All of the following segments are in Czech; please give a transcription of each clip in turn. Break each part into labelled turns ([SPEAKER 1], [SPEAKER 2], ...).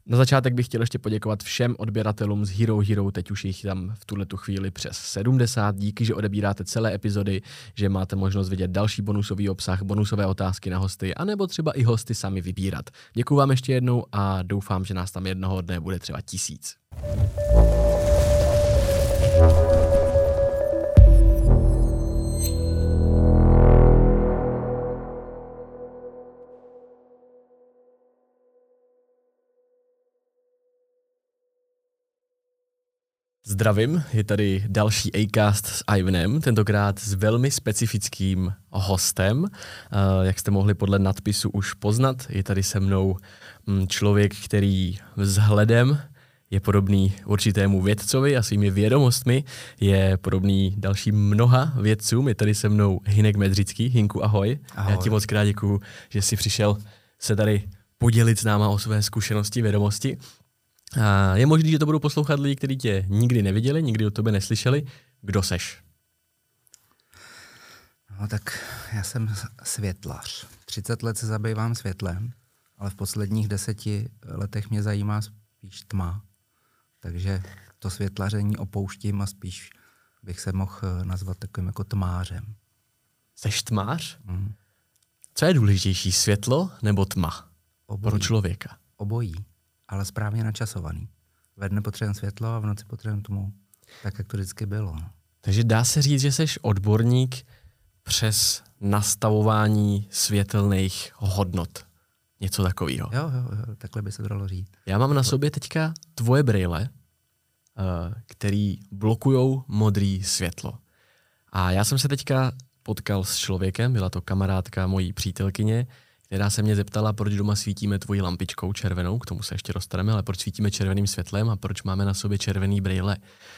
[SPEAKER 1] Na začátek bych chtěl ještě poděkovat všem odběratelům z Hero Hero, teď už jich tam v tuhletu chvíli přes 70. Díky, že odebíráte celé epizody, že máte možnost vidět další bonusový obsah, bonusové otázky na hosty, anebo třeba i hosty sami vybírat. Děkuju vám ještě jednou a doufám, že nás tam jednoho dne bude třeba 1000. Zdravím, je tady další Acast s Ivanem, tentokrát s velmi specifickým hostem. Jak jste mohli podle nadpisu už poznat, je tady se mnou člověk, který vzhledem je podobný určitému vědcovi a svými vědomostmi je podobný dalším mnoha vědcům. Je tady se mnou Hynek Medřický. Hynku, ahoj.
[SPEAKER 2] Ahoj.
[SPEAKER 1] Já ti moc krát děkuju, že jsi přišel se tady podělit s náma o své zkušenosti, vědomosti. A je možný, že to budou poslouchat lidi, kteří tě nikdy neviděli, nikdy o tobě neslyšeli. Kdo seš?
[SPEAKER 2] No tak já jsem světlař. 30 let se zabývám světlem, ale v posledních 10 letech mě zajímá spíš tma. Takže to světlaření opouštím a spíš bych se mohl nazvat takovým jako tmářem.
[SPEAKER 1] Seš tmář? Co je důležitější, světlo nebo tma?
[SPEAKER 2] Obojí.
[SPEAKER 1] Pro člověka?
[SPEAKER 2] Obojí, ale správně načasovaný. Ve dne potřebujeme světlo a v noci potřebujeme tmu. Tak, jak to vždycky bylo.
[SPEAKER 1] Takže dá se říct, že seš odborník přes nastavování světelných hodnot. Něco takového.
[SPEAKER 2] Jo, takhle by se to dalo říct.
[SPEAKER 1] Já mám na sobě teďka tvoje brejle, který blokujou modrý světlo. A já jsem se teďka potkal s člověkem, byla to kamarádka mojí přítelkyně, která se mě zeptala, proč doma svítíme tvojí lampičkou červenou, k tomu se ještě dostaneme, ale proč svítíme červeným světlem a proč máme na sobě červený brejle.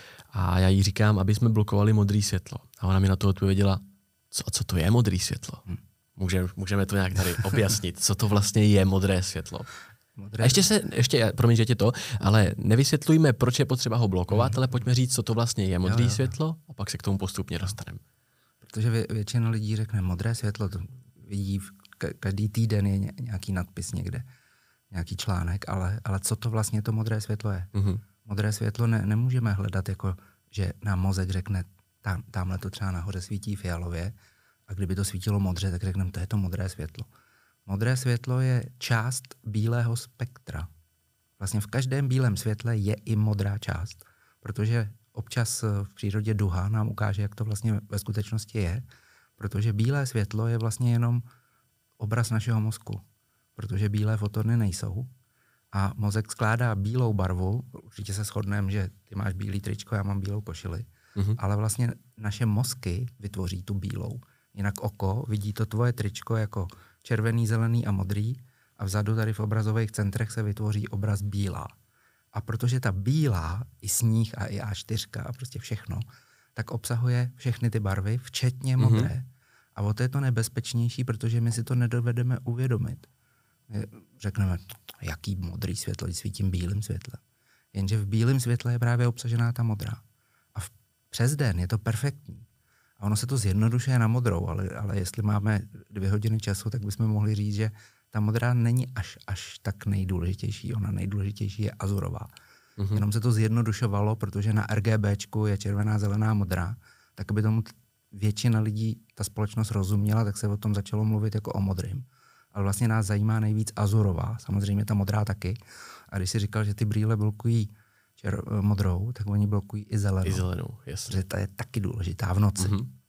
[SPEAKER 1] A já jí říkám, aby jsme blokovali modrý světlo. A ona mi na to odpověděla, co to je modrý světlo? Můžeme to nějak tady objasnit, co to vlastně je modré světlo. A ještě, promiň, že tě to, ale nevysvětlujme, proč je potřeba ho blokovat, ale pojďme říct, co to vlastně je modrý světlo a pak se k tomu postupně dostaneme.
[SPEAKER 2] Protože většina lidí řekne modré světlo, to vidí každý týden je nějaký nadpis někde, nějaký článek, ale co to vlastně to modré světlo je? Modré světlo nemůžeme hledat jako, že nám mozek řekne, tamhle to třeba nahoře svítí fialově a kdyby to svítilo modře, tak řekneme, to je to modré světlo. Modré světlo je část bílého spektra. Vlastně v každém bílém světle je i modrá část, protože občas v přírodě duha nám ukáže, jak to vlastně ve skutečnosti je, protože bílé světlo je vlastně jenom obraz našeho mozku, protože bílé fotony nejsou a mozek skládá bílou barvu, určitě se shodneme, že ty máš bílý tričko, já mám bílou košili, ale vlastně naše mozky vytvoří tu bílou. Jinak oko vidí to tvoje tričko jako červený, zelený a modrý a vzadu tady v obrazových centrech se vytvoří obraz bílá. A protože ta bílá, i sníh a i A4 a prostě všechno, tak obsahuje všechny ty barvy, včetně modré. A o to je to nebezpečnější, protože my si to nedovedeme uvědomit. My řekneme, jaký modrý světlo, když svítím bílým světlem. Jenže v bílém světle je právě obsažená ta modrá. A přes den je to perfektní. A ono se to zjednodušuje na modrou, ale jestli máme 2 hodiny času, tak bychom mohli říct, že ta modrá není až tak nejdůležitější. Ona nejdůležitější je azurová. Jenom se to zjednodušovalo, protože na RGBčku je červená, zelená, modrá, tak aby tomu většina lidí, ta společnost rozuměla, tak se o tom začalo mluvit jako o modrým. Ale vlastně nás zajímá nejvíc azurová, samozřejmě ta modrá taky. A když si říkal, že ty brýle blokují modrou, tak oni blokují i zelenou.
[SPEAKER 1] I zelenou, jasně.
[SPEAKER 2] Protože ta je taky důležitá v noci.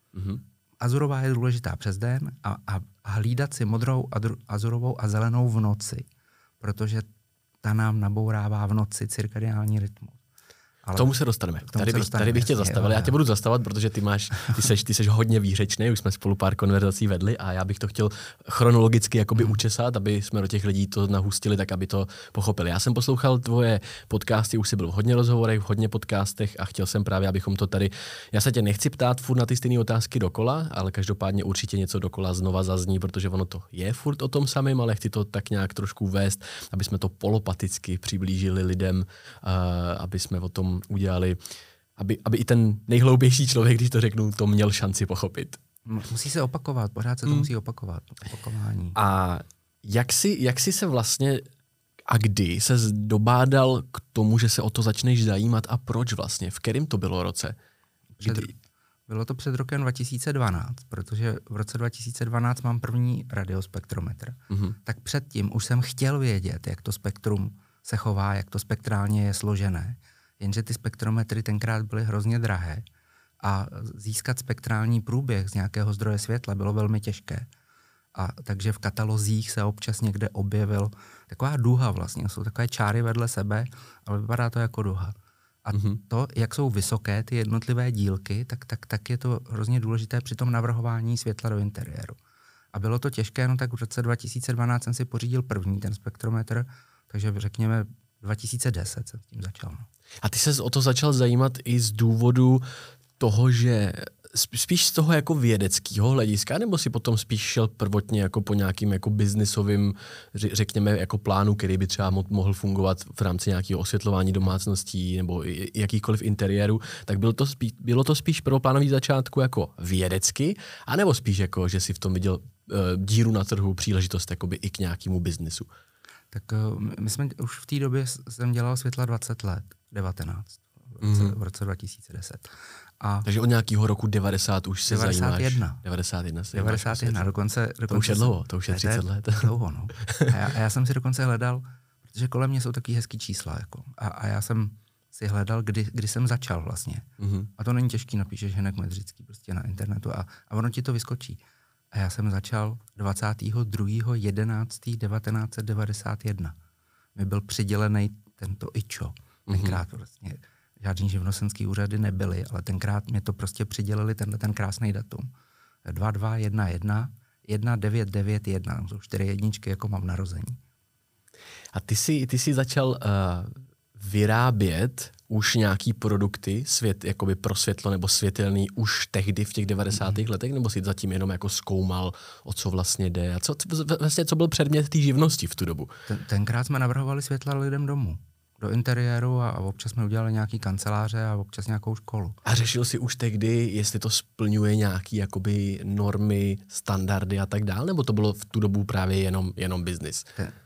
[SPEAKER 2] Azurová je důležitá přes den a hlídat si modrou, azurovou a zelenou v noci, protože ta nám nabourává v noci cirkadiální rytmus.
[SPEAKER 1] K tomu se dostaneme. Tady bych tě zastavil. Já tě budu zastavovat, protože ty seš hodně výřečný, už jsme spolu pár konverzací vedli a já bych to chtěl chronologicky jakoby učesat, aby jsme do těch lidí to nahustili, tak aby to pochopili. Já jsem poslouchal tvoje podcasty, už jsi byl v hodně rozhovorech, v hodně podcastech a chtěl jsem právě, abychom to tady. Já se tě nechci ptát furt na ty stejné otázky dokola, ale každopádně určitě něco dokola znova zazní, protože ono to je furt o tom samém, ale chci to tak nějak trošku vést, aby jsme to polopaticky přiblížili lidem, aby jsme o tom udělali, aby i ten nejhloubější člověk, když to řeknu, to měl šanci pochopit.
[SPEAKER 2] Musí se opakovat, pořád se to musí opakovat. Opakování.
[SPEAKER 1] A jak jsi se vlastně A kdy se dobádal k tomu, že se o to začneš zajímat a proč vlastně? V kterém to bylo roce?
[SPEAKER 2] Bylo to před rokem 2012, protože v roce 2012 mám první radiospektrometr. Tak předtím už jsem chtěl vědět, jak to spektrum se chová, jak to spektrálně je složené. Jenže ty spektrometry tenkrát byly hrozně drahé a získat spektrální průběh z nějakého zdroje světla bylo velmi těžké. A takže v katalozích se občas někde objevil taková duha vlastně, jsou takové čáry vedle sebe, ale vypadá to jako duha. A to, jak jsou vysoké ty jednotlivé dílky, tak je to hrozně důležité při tom navrhování světla do interiéru. A bylo to těžké, no tak v roce 2012 jsem si pořídil první ten spektrometr, takže řekněme 2010 jsem s tím začal. No.
[SPEAKER 1] A ty se o to začal zajímat i z důvodu toho, že spíš z toho jako vědeckého hlediska, nebo si potom spíš šel prvotně jako po nějakým jako biznisovým, řekněme, jako plánu, který by třeba mohl fungovat v rámci nějakého osvětlování domácností nebo jakýchkoliv interiérů, tak bylo to spíš prvoplánový začátku jako vědecky, anebo spíš jako, že si v tom viděl díru na trhu, příležitost jakoby i k nějakému biznisu?
[SPEAKER 2] Tak my jsme už v té době jsem dělal světla 20 let, 19, v roce 2010.
[SPEAKER 1] Takže od nějakého roku 90 už se
[SPEAKER 2] 91.
[SPEAKER 1] zajímáš. 91.
[SPEAKER 2] 91, dokonce
[SPEAKER 1] to už je dlouho, to už je 30 let.
[SPEAKER 2] Dlouho, no. A já jsem si dokonce hledal, protože kolem mě jsou taky hezký čísla, jako. A já jsem si hledal, kdy jsem začal vlastně. A to není těžký, napíšeš Henek Medřický prostě na internetu a ono ti to vyskočí. A já jsem začal 22.11.1991. Mi byl přidělený tento IČO. Tenkrát vlastně žádný živnostenský úřady nebyly, ale tenkrát mě to prostě přidělili ten krásný datum. 2211 1991, to jsou 4 jedničky, jako mám narození.
[SPEAKER 1] A ty jsi začal vyrábět už nějaký produkty jakoby pro světlo nebo světelný už tehdy v těch 90. letech, nebo si zatím jenom jako zkoumal, o co vlastně jde a co byl předmět té živnosti v tu dobu?
[SPEAKER 2] Tenkrát jsme navrhovali světla lidem domů. Do interiéru a občas jsme udělali nějaký kanceláře a občas nějakou školu.
[SPEAKER 1] A řešil jsi už tehdy, jestli to splňuje nějaký jakoby normy, standardy a tak dále, nebo to bylo v tu dobu právě jenom biznis?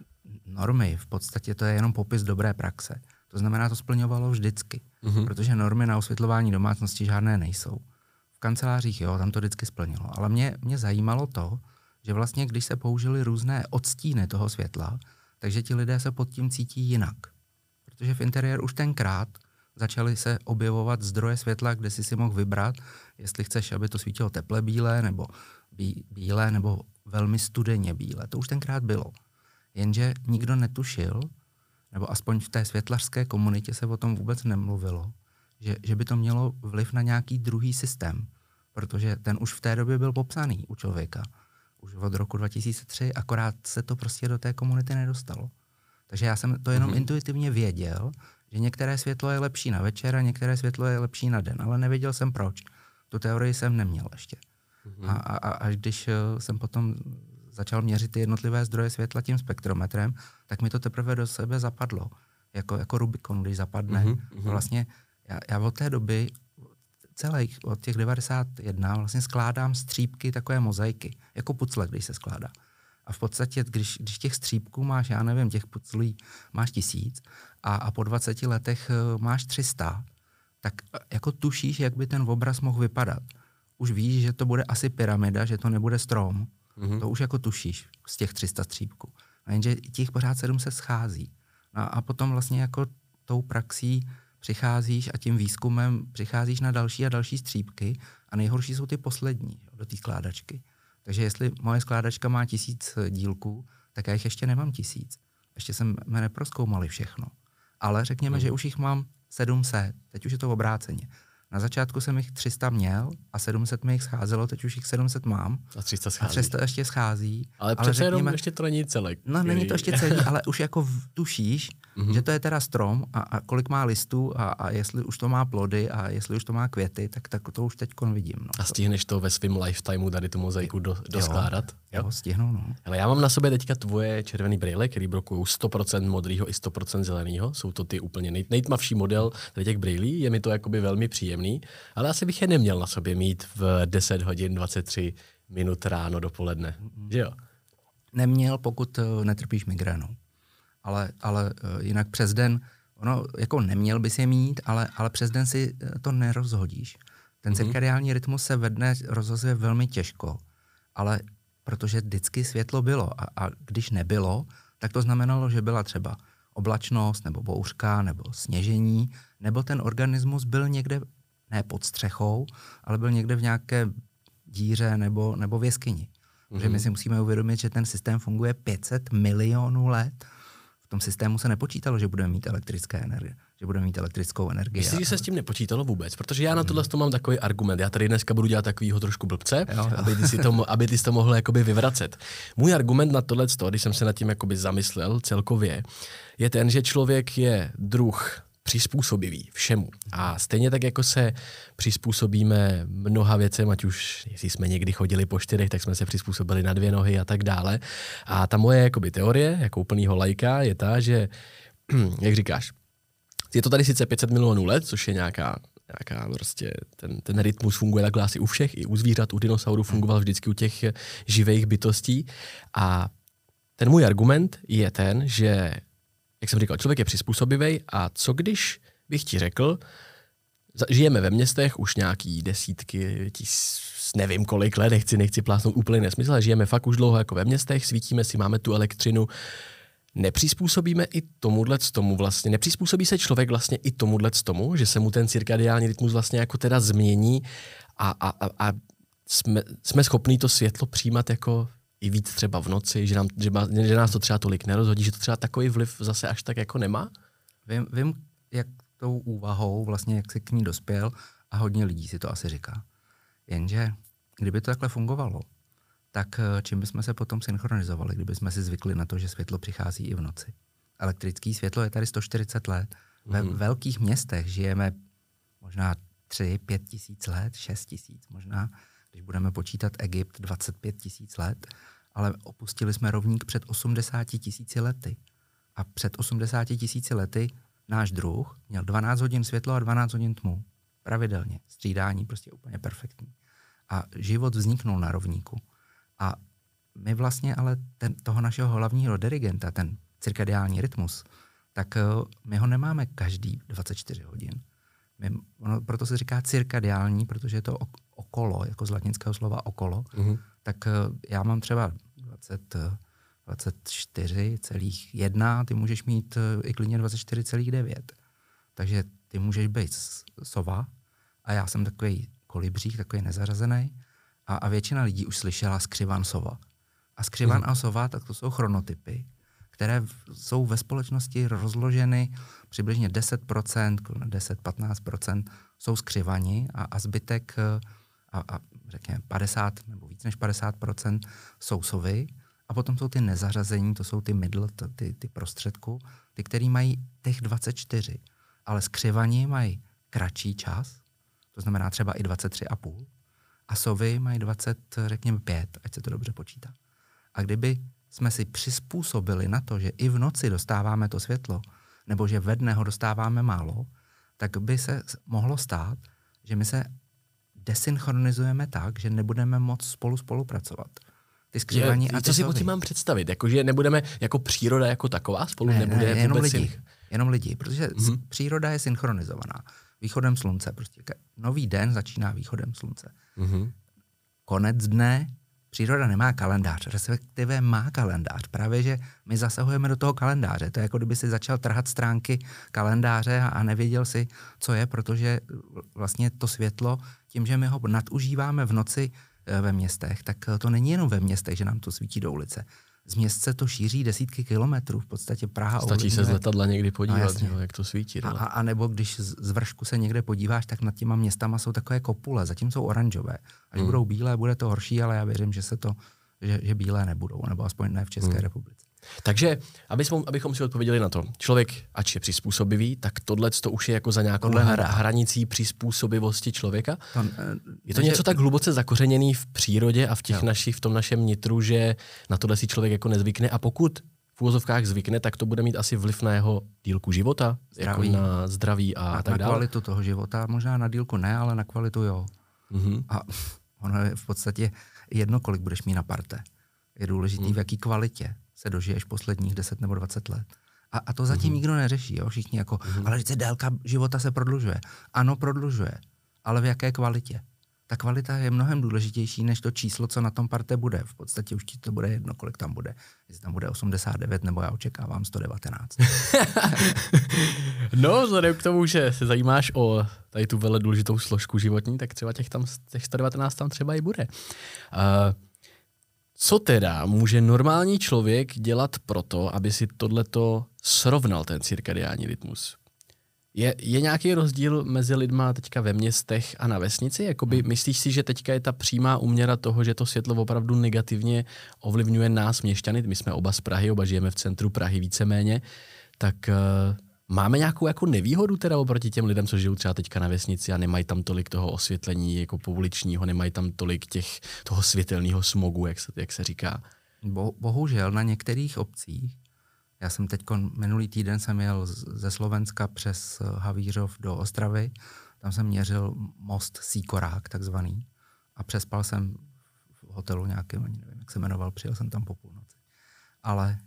[SPEAKER 2] Normy, v podstatě to je jenom popis dobré praxe. To znamená, to splňovalo vždycky, protože normy na osvětlování domácnosti žádné nejsou. V kancelářích, jo, tam to vždycky splnilo. Ale mě zajímalo to, že vlastně, když se použily různé odstíny toho světla, takže ti lidé se pod tím cítí jinak. Protože v interiéru už tenkrát začaly se objevovat zdroje světla, kde si mohl vybrat, jestli chceš, aby to svítilo teple bílé, nebo bílé, nebo velmi studeně bílé. To už tenkrát bylo. Jenže nikdo netušil, nebo aspoň v té světlařské komunitě se o tom vůbec nemluvilo, že by to mělo vliv na nějaký druhý systém, protože ten už v té době byl popsaný u člověka. Už od roku 2003, akorát se to prostě do té komunity nedostalo. Takže já jsem to jenom intuitivně věděl, že některé světlo je lepší na večer a některé světlo je lepší na den, ale nevěděl jsem proč. Tu teorii jsem neměl ještě. A až když jsem potom začal měřit ty jednotlivé zdroje světla tím spektrometrem, tak mi to teprve do sebe zapadlo. Jako Rubikon, když zapadne. Vlastně já od té doby celých, od těch 91 vlastně skládám střípky, takové mozaiky, jako pucle, když se skládá. A v podstatě, když těch střípků máš, já nevím, těch puclí máš 1000 a po 20 letech máš 300, tak jako tušíš, jak by ten obraz mohl vypadat. Už víš, že to bude asi pyramida, že to nebude strom. To už jako tušíš z těch 300 střípků. A jenže těch pořád 700 schází. A potom vlastně jako tou praxí přicházíš a tím výzkumem přicházíš na další a další střípky a nejhorší jsou ty poslední do té skládačky. Takže jestli moje skládačka má 1000 dílků, tak já jich ještě nemám 1000. Ještě jsme neprozkoumali všechno. Ale řekněme, že už jich mám 700. Teď už je to obráceně. Na začátku jsem jich 300 měl a 700 mi jich scházelo, teď už jich 700 mám.
[SPEAKER 1] A 300 schází.
[SPEAKER 2] A 300 ještě schází.
[SPEAKER 1] Ale přece jenom ještě to není celé.
[SPEAKER 2] No, není to ještě celý, ale už jako tušíš, že to je teda strom a kolik má listů a jestli už to má plody a jestli už to má květy, tak to už teďkon vidím. No.
[SPEAKER 1] A stihneš to ve svém lifetimeu tady tu mozaiku doskládat?
[SPEAKER 2] Jo, stihnu, no.
[SPEAKER 1] Ale já mám na sobě teďka tvoje červený brýle, který blokují 100% modrýho i 100% zeleného. Jsou to ty úplně nejtmavší model těch brýlí, je mi to jakoby velmi příjemný, ale asi bych je neměl na sobě mít v 10 hodin 23 minut ráno dopoledne, že jo?
[SPEAKER 2] Neměl, pokud netrpíš migrénou. ale jinak přes den, ono jako neměl bys je mít, ale přes den si to nerozhodíš. Ten cirkadiální rytmus se ve dne rozhazuje velmi těžko, ale protože vždycky světlo bylo a když nebylo, tak to znamenalo, že byla třeba oblačnost, nebo bouřka, nebo sněžení, nebo ten organismus byl někde, ne pod střechou, ale byl někde v nějaké díře nebo v jeskyni. Protože my si musíme uvědomit, že ten systém funguje 500 milionů let. V tom systému se nepočítalo, že budeme mít elektrické energie, že budeme mít elektrickou energii.
[SPEAKER 1] Myslíš, že se s tím nepočítalo vůbec? Protože já na tohle mám takový argument. Já tady dneska budu dělat takovýho trošku blbce, jo. Aby ty si to mohl jakoby vyvracet. Můj argument na tohle, když jsem se nad tím jakoby zamyslel celkově, je ten, že člověk je druh přizpůsobivý všemu. A stejně tak, jako se přizpůsobíme mnoha věcem, ať už, jestli jsme někdy chodili po 4, tak jsme se přizpůsobili na 2 nohy a tak dále. A ta moje jakoby teorie, jako úplnýho laika, je ta, že, jak říkáš, je to tady sice 500 milionů let, což je nějaká prostě, ten rytmus funguje takhle asi u všech, i u zvířat, u dinosaurů fungoval vždycky u těch živých bytostí. A ten můj argument je ten, že jak jsem říkal, člověk je přizpůsobivý a co když bych ti řekl, žijeme ve městech už nějaký desítky, nevím kolik let, nechci plásnout úplný nesmysl, ale žijeme fakt už dlouho jako ve městech, svítíme si, máme tu elektřinu, nepřizpůsobíme i tomu vlastně, nepřizpůsobí se člověk vlastně i tomu, že se mu ten cirkadiální rytmus vlastně jako teda změní a jsme schopní to světlo přijímat jako i víc třeba v noci, že nás to třeba tolik nerozhodí, že to třeba takový vliv zase až tak jako nemá?
[SPEAKER 2] Vím, jak tou úvahou vlastně, jak jsi k ní dospěl a hodně lidí si to asi říká. Jenže, kdyby to takhle fungovalo, tak čím bychom se potom synchronizovali, kdyby jsme si zvykli na to, že světlo přichází i v noci. Elektrické světlo je tady 140 let. Ve velkých městech žijeme možná 3-5 tisíc let, 6 tisíc možná, když budeme počítat Egypt 25 tisíc let, ale opustili jsme rovník před 80 tisíci lety. A před 80 tisíci lety náš druh měl 12 hodin světlo a 12 hodin tmu. Pravidelně. Střídání prostě úplně perfektní. A život vzniknul na rovníku. A my vlastně ale toho našeho hlavního dirigenta, ten cirkadiální rytmus, tak my ho nemáme každý 24 hodin. Proto se říká cirkadiální, protože je to okolo, jako z latinského slova okolo. Tak já mám třeba 24,1, ty můžeš mít i klidně 24,9. Takže ty můžeš být sova a já jsem takový kolibřík, takový nezařazený a většina lidí už slyšela skřivan sova. A skřivan a sova, tak to jsou chronotypy, které jsou ve společnosti rozloženy přibližně 10%, 10-15% jsou skřivani a zbytek a řekněme 50 nebo víc než 50% jsou sovy a potom jsou ty nezařazení, to jsou ty middle, ty prostředku, ty, který mají těch 24, ale skřivani mají kratší čas, to znamená třeba i 23,5 a sovy mají 25, ať se to dobře počítá. A kdyby jsme si přizpůsobili na to, že i v noci dostáváme to světlo, nebo že ve dne ho dostáváme málo, tak by se mohlo stát, že my se desynchronizujeme tak, že nebudeme moc spolupracovat. Ty skřivaní a ty
[SPEAKER 1] co si pod tím mám představit? Že nebudeme jako příroda jako taková spolu nebude
[SPEAKER 2] jenom
[SPEAKER 1] vůbec
[SPEAKER 2] lidi. Jenom lidi, protože příroda je synchronizovaná. Východem slunce. Prostě nový den začíná východem slunce. Konec dne, příroda nemá kalendář, respektive má kalendář. Právě, že my zasahujeme do toho kalendáře. To je jako kdyby si začal trhat stránky kalendáře a nevěděl si, co je, protože vlastně to světlo, tím, že my ho nadužíváme v noci ve městech, tak to není jenom ve městech, že nám to svítí do ulice. Z měst se to šíří desítky kilometrů, v podstatě Praha.
[SPEAKER 1] Stačí se z letadla někdy podívat, jak to svítí.
[SPEAKER 2] A nebo když z vršku se někde podíváš, tak nad těma městama jsou takové kopule, zatím jsou oranžové. Až budou bílé, bude to horší, ale já věřím, že bílé nebudou, nebo aspoň ne v České republice.
[SPEAKER 1] Takže, abychom si odpověděli na to, člověk, ač je přizpůsobivý, tak tohle to už je jako za nějakou hranicí přizpůsobivosti člověka? Je to něco tak hluboce zakořeněný v přírodě a v tom našem nitru, že na tohle si člověk jako nezvykne a pokud v úvozovkách zvykne, tak to bude mít asi vliv na jeho dílku života, zdraví. Jako na zdraví a tak dále.
[SPEAKER 2] Na kvalitu toho života, možná na dílku ne, ale na kvalitu jo. A ono je v podstatě jedno, kolik budeš mít na parte. Je důležitý, v jaký kvalitě se dožiješ posledních 10 nebo 20 let. A to zatím nikdo neřeší, jo? Všichni jako, ale říct, délka života se prodlužuje. Ano, prodlužuje, ale v jaké kvalitě? Ta kvalita je mnohem důležitější, než to číslo, co na tom parte bude. V podstatě už ti to bude jedno, kolik tam bude. Jestli tam bude 89, nebo já očekávám 119.
[SPEAKER 1] No, vzhledem k tomu, že se zajímáš o tady tu vele důležitou složku životní, tak třeba těch 119 tam třeba i bude. Co teda může normální člověk dělat proto, aby si tohleto srovnal, ten cirkadiální rytmus? Je nějaký rozdíl mezi lidma teďka ve městech a na vesnici? Jakoby, myslíš si, že teďka je ta přímá úměra toho, že to světlo opravdu negativně ovlivňuje nás měšťany? My jsme oba z Prahy, oba žijeme v centru Prahy víceméně. Tak máme nějakou jako nevýhodu teda oproti těm lidem, co žijou třeba teďka na vesnici a nemají tam tolik toho osvětlení jako pouličního, nemají tam tolik toho světelného smogu, jak se říká?
[SPEAKER 2] Bohužel na některých obcích. Já jsem minulý týden jsem jel ze Slovenska přes Havířov do Ostravy, tam jsem měřil most Síkorák takzvaný a přespal jsem v hotelu nějakým, ani nevím, jak se jmenoval, přijel jsem tam po půlnoci. Ale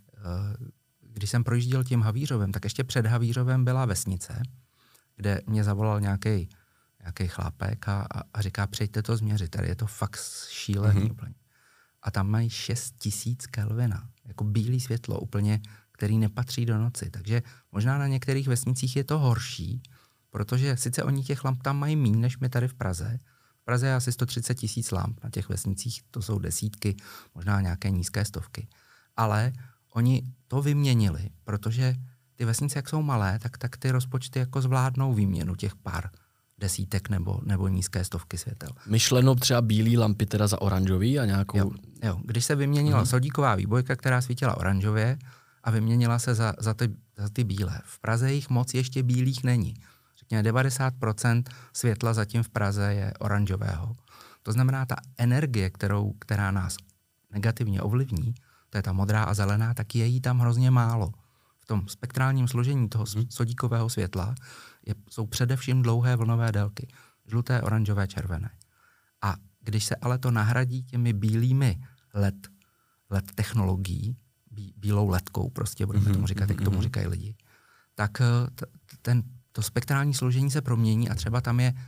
[SPEAKER 2] když jsem projížděl tím Havířovem, tak ještě před Havířovem byla vesnice, kde mě zavolal nějaký chlápek a říká, přijďte to změřit, tady je to fakt šílený úplně. A tam mají 6000 Kelvina, jako bílý světlo úplně, který nepatří do noci. Takže možná na některých vesnicích je to horší, protože sice oni těch lamp tam mají míň, než my tady v Praze. V Praze je asi 130 000 lamp, na těch vesnicích to jsou desítky, možná nějaké nízké stovky. Ale oni to vyměnili, protože ty vesnice, jak jsou malé, tak ty rozpočty jako zvládnou výměnu těch pár desítek nebo nízké stovky světel.
[SPEAKER 1] Myšleno třeba bílý lampy teda za oranžový a nějakou...
[SPEAKER 2] Jo. Když se vyměnila sodíková výbojka, která svítila oranžově a vyměnila se za ty bílé. V Praze jich moc ještě bílých není. Řekněme 90% světla zatím v Praze je oranžového. To znamená, ta energie, která nás negativně ovlivní, to je ta modrá a zelená, tak je jí tam hrozně málo. V tom spektrálním složení toho sodíkového světla jsou především dlouhé vlnové délky. Žluté, oranžové, červené. A když se ale to nahradí těmi bílými LED technologií, bílou ledkou prostě, budeme tomu říkat, jak tomu říkají lidi, tak to spektrální složení se promění a třeba tam je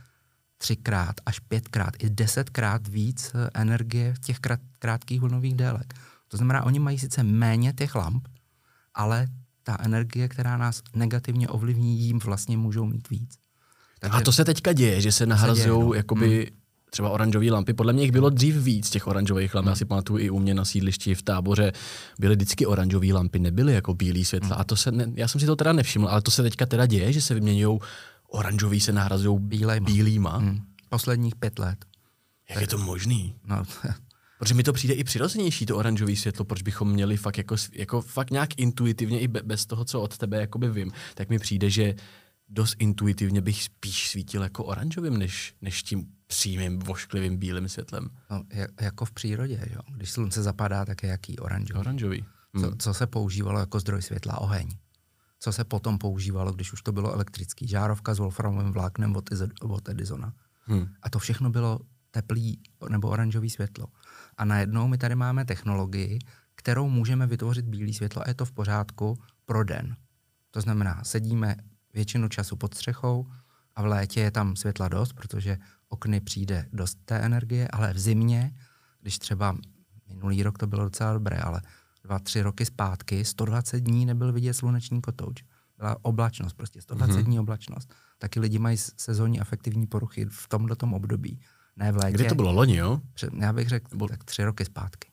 [SPEAKER 2] 3x až 5x i 10x víc energie v těch krátkých vlnových délek. To znamená, oni mají sice méně těch lamp, ale ta energie, která nás negativně ovlivní, jim vlastně můžou mít víc.
[SPEAKER 1] Takže a to se teďka děje, že se nahrazují jakoby třeba oranžové lampy. Podle mě jich bylo dřív víc těch oranžových lamp. Já si pamatuju i u mě na sídlišti v Táboře byly vždycky oranžové lampy, nebyly jako bílý světla. A já jsem si to teda nevšiml, ale to se teďka teda děje, že se vyměňují oranžový, se nahrazují bílýma.
[SPEAKER 2] Posledních 5 let.
[SPEAKER 1] Jak je to možný?
[SPEAKER 2] No,
[SPEAKER 1] protože mi to přijde i přirozenější, to oranžové světlo, proč bychom měli fakt jako fakt nějak intuitivně, i bez toho, co od tebe jakoby vím, tak mi přijde, že dost intuitivně bych spíš svítil jako oranžovým, než tím přímým, vošklivým bílým světlem.
[SPEAKER 2] No, jako v přírodě, jo. Když slunce zapadá, tak je jaký oranžový.
[SPEAKER 1] Oranžový.
[SPEAKER 2] Co se používalo jako zdroj světla? Oheň. Co se potom používalo, když už to bylo elektrický? Žárovka s wolframovým vláknem od Edisona. A to všechno bylo teplý nebo oranžový světlo. A najednou my tady máme technologii, kterou můžeme vytvořit bílé světlo a je to v pořádku pro den. To znamená, sedíme většinu času pod střechou a v létě je tam světla dost, protože okny přijde dost té energie, ale v zimě, když třeba minulý rok to bylo docela dobré, ale 2-3 roky zpátky 120 dní nebyl vidět sluneční kotouč. Byla oblačnost, prostě 120 dní oblačnost. Taky lidi mají sezónní afektivní poruchy v tomhletom období. Ne v létě.
[SPEAKER 1] Kdy to bylo loni, jo?
[SPEAKER 2] Já bych řekl tak 3 roky zpátky.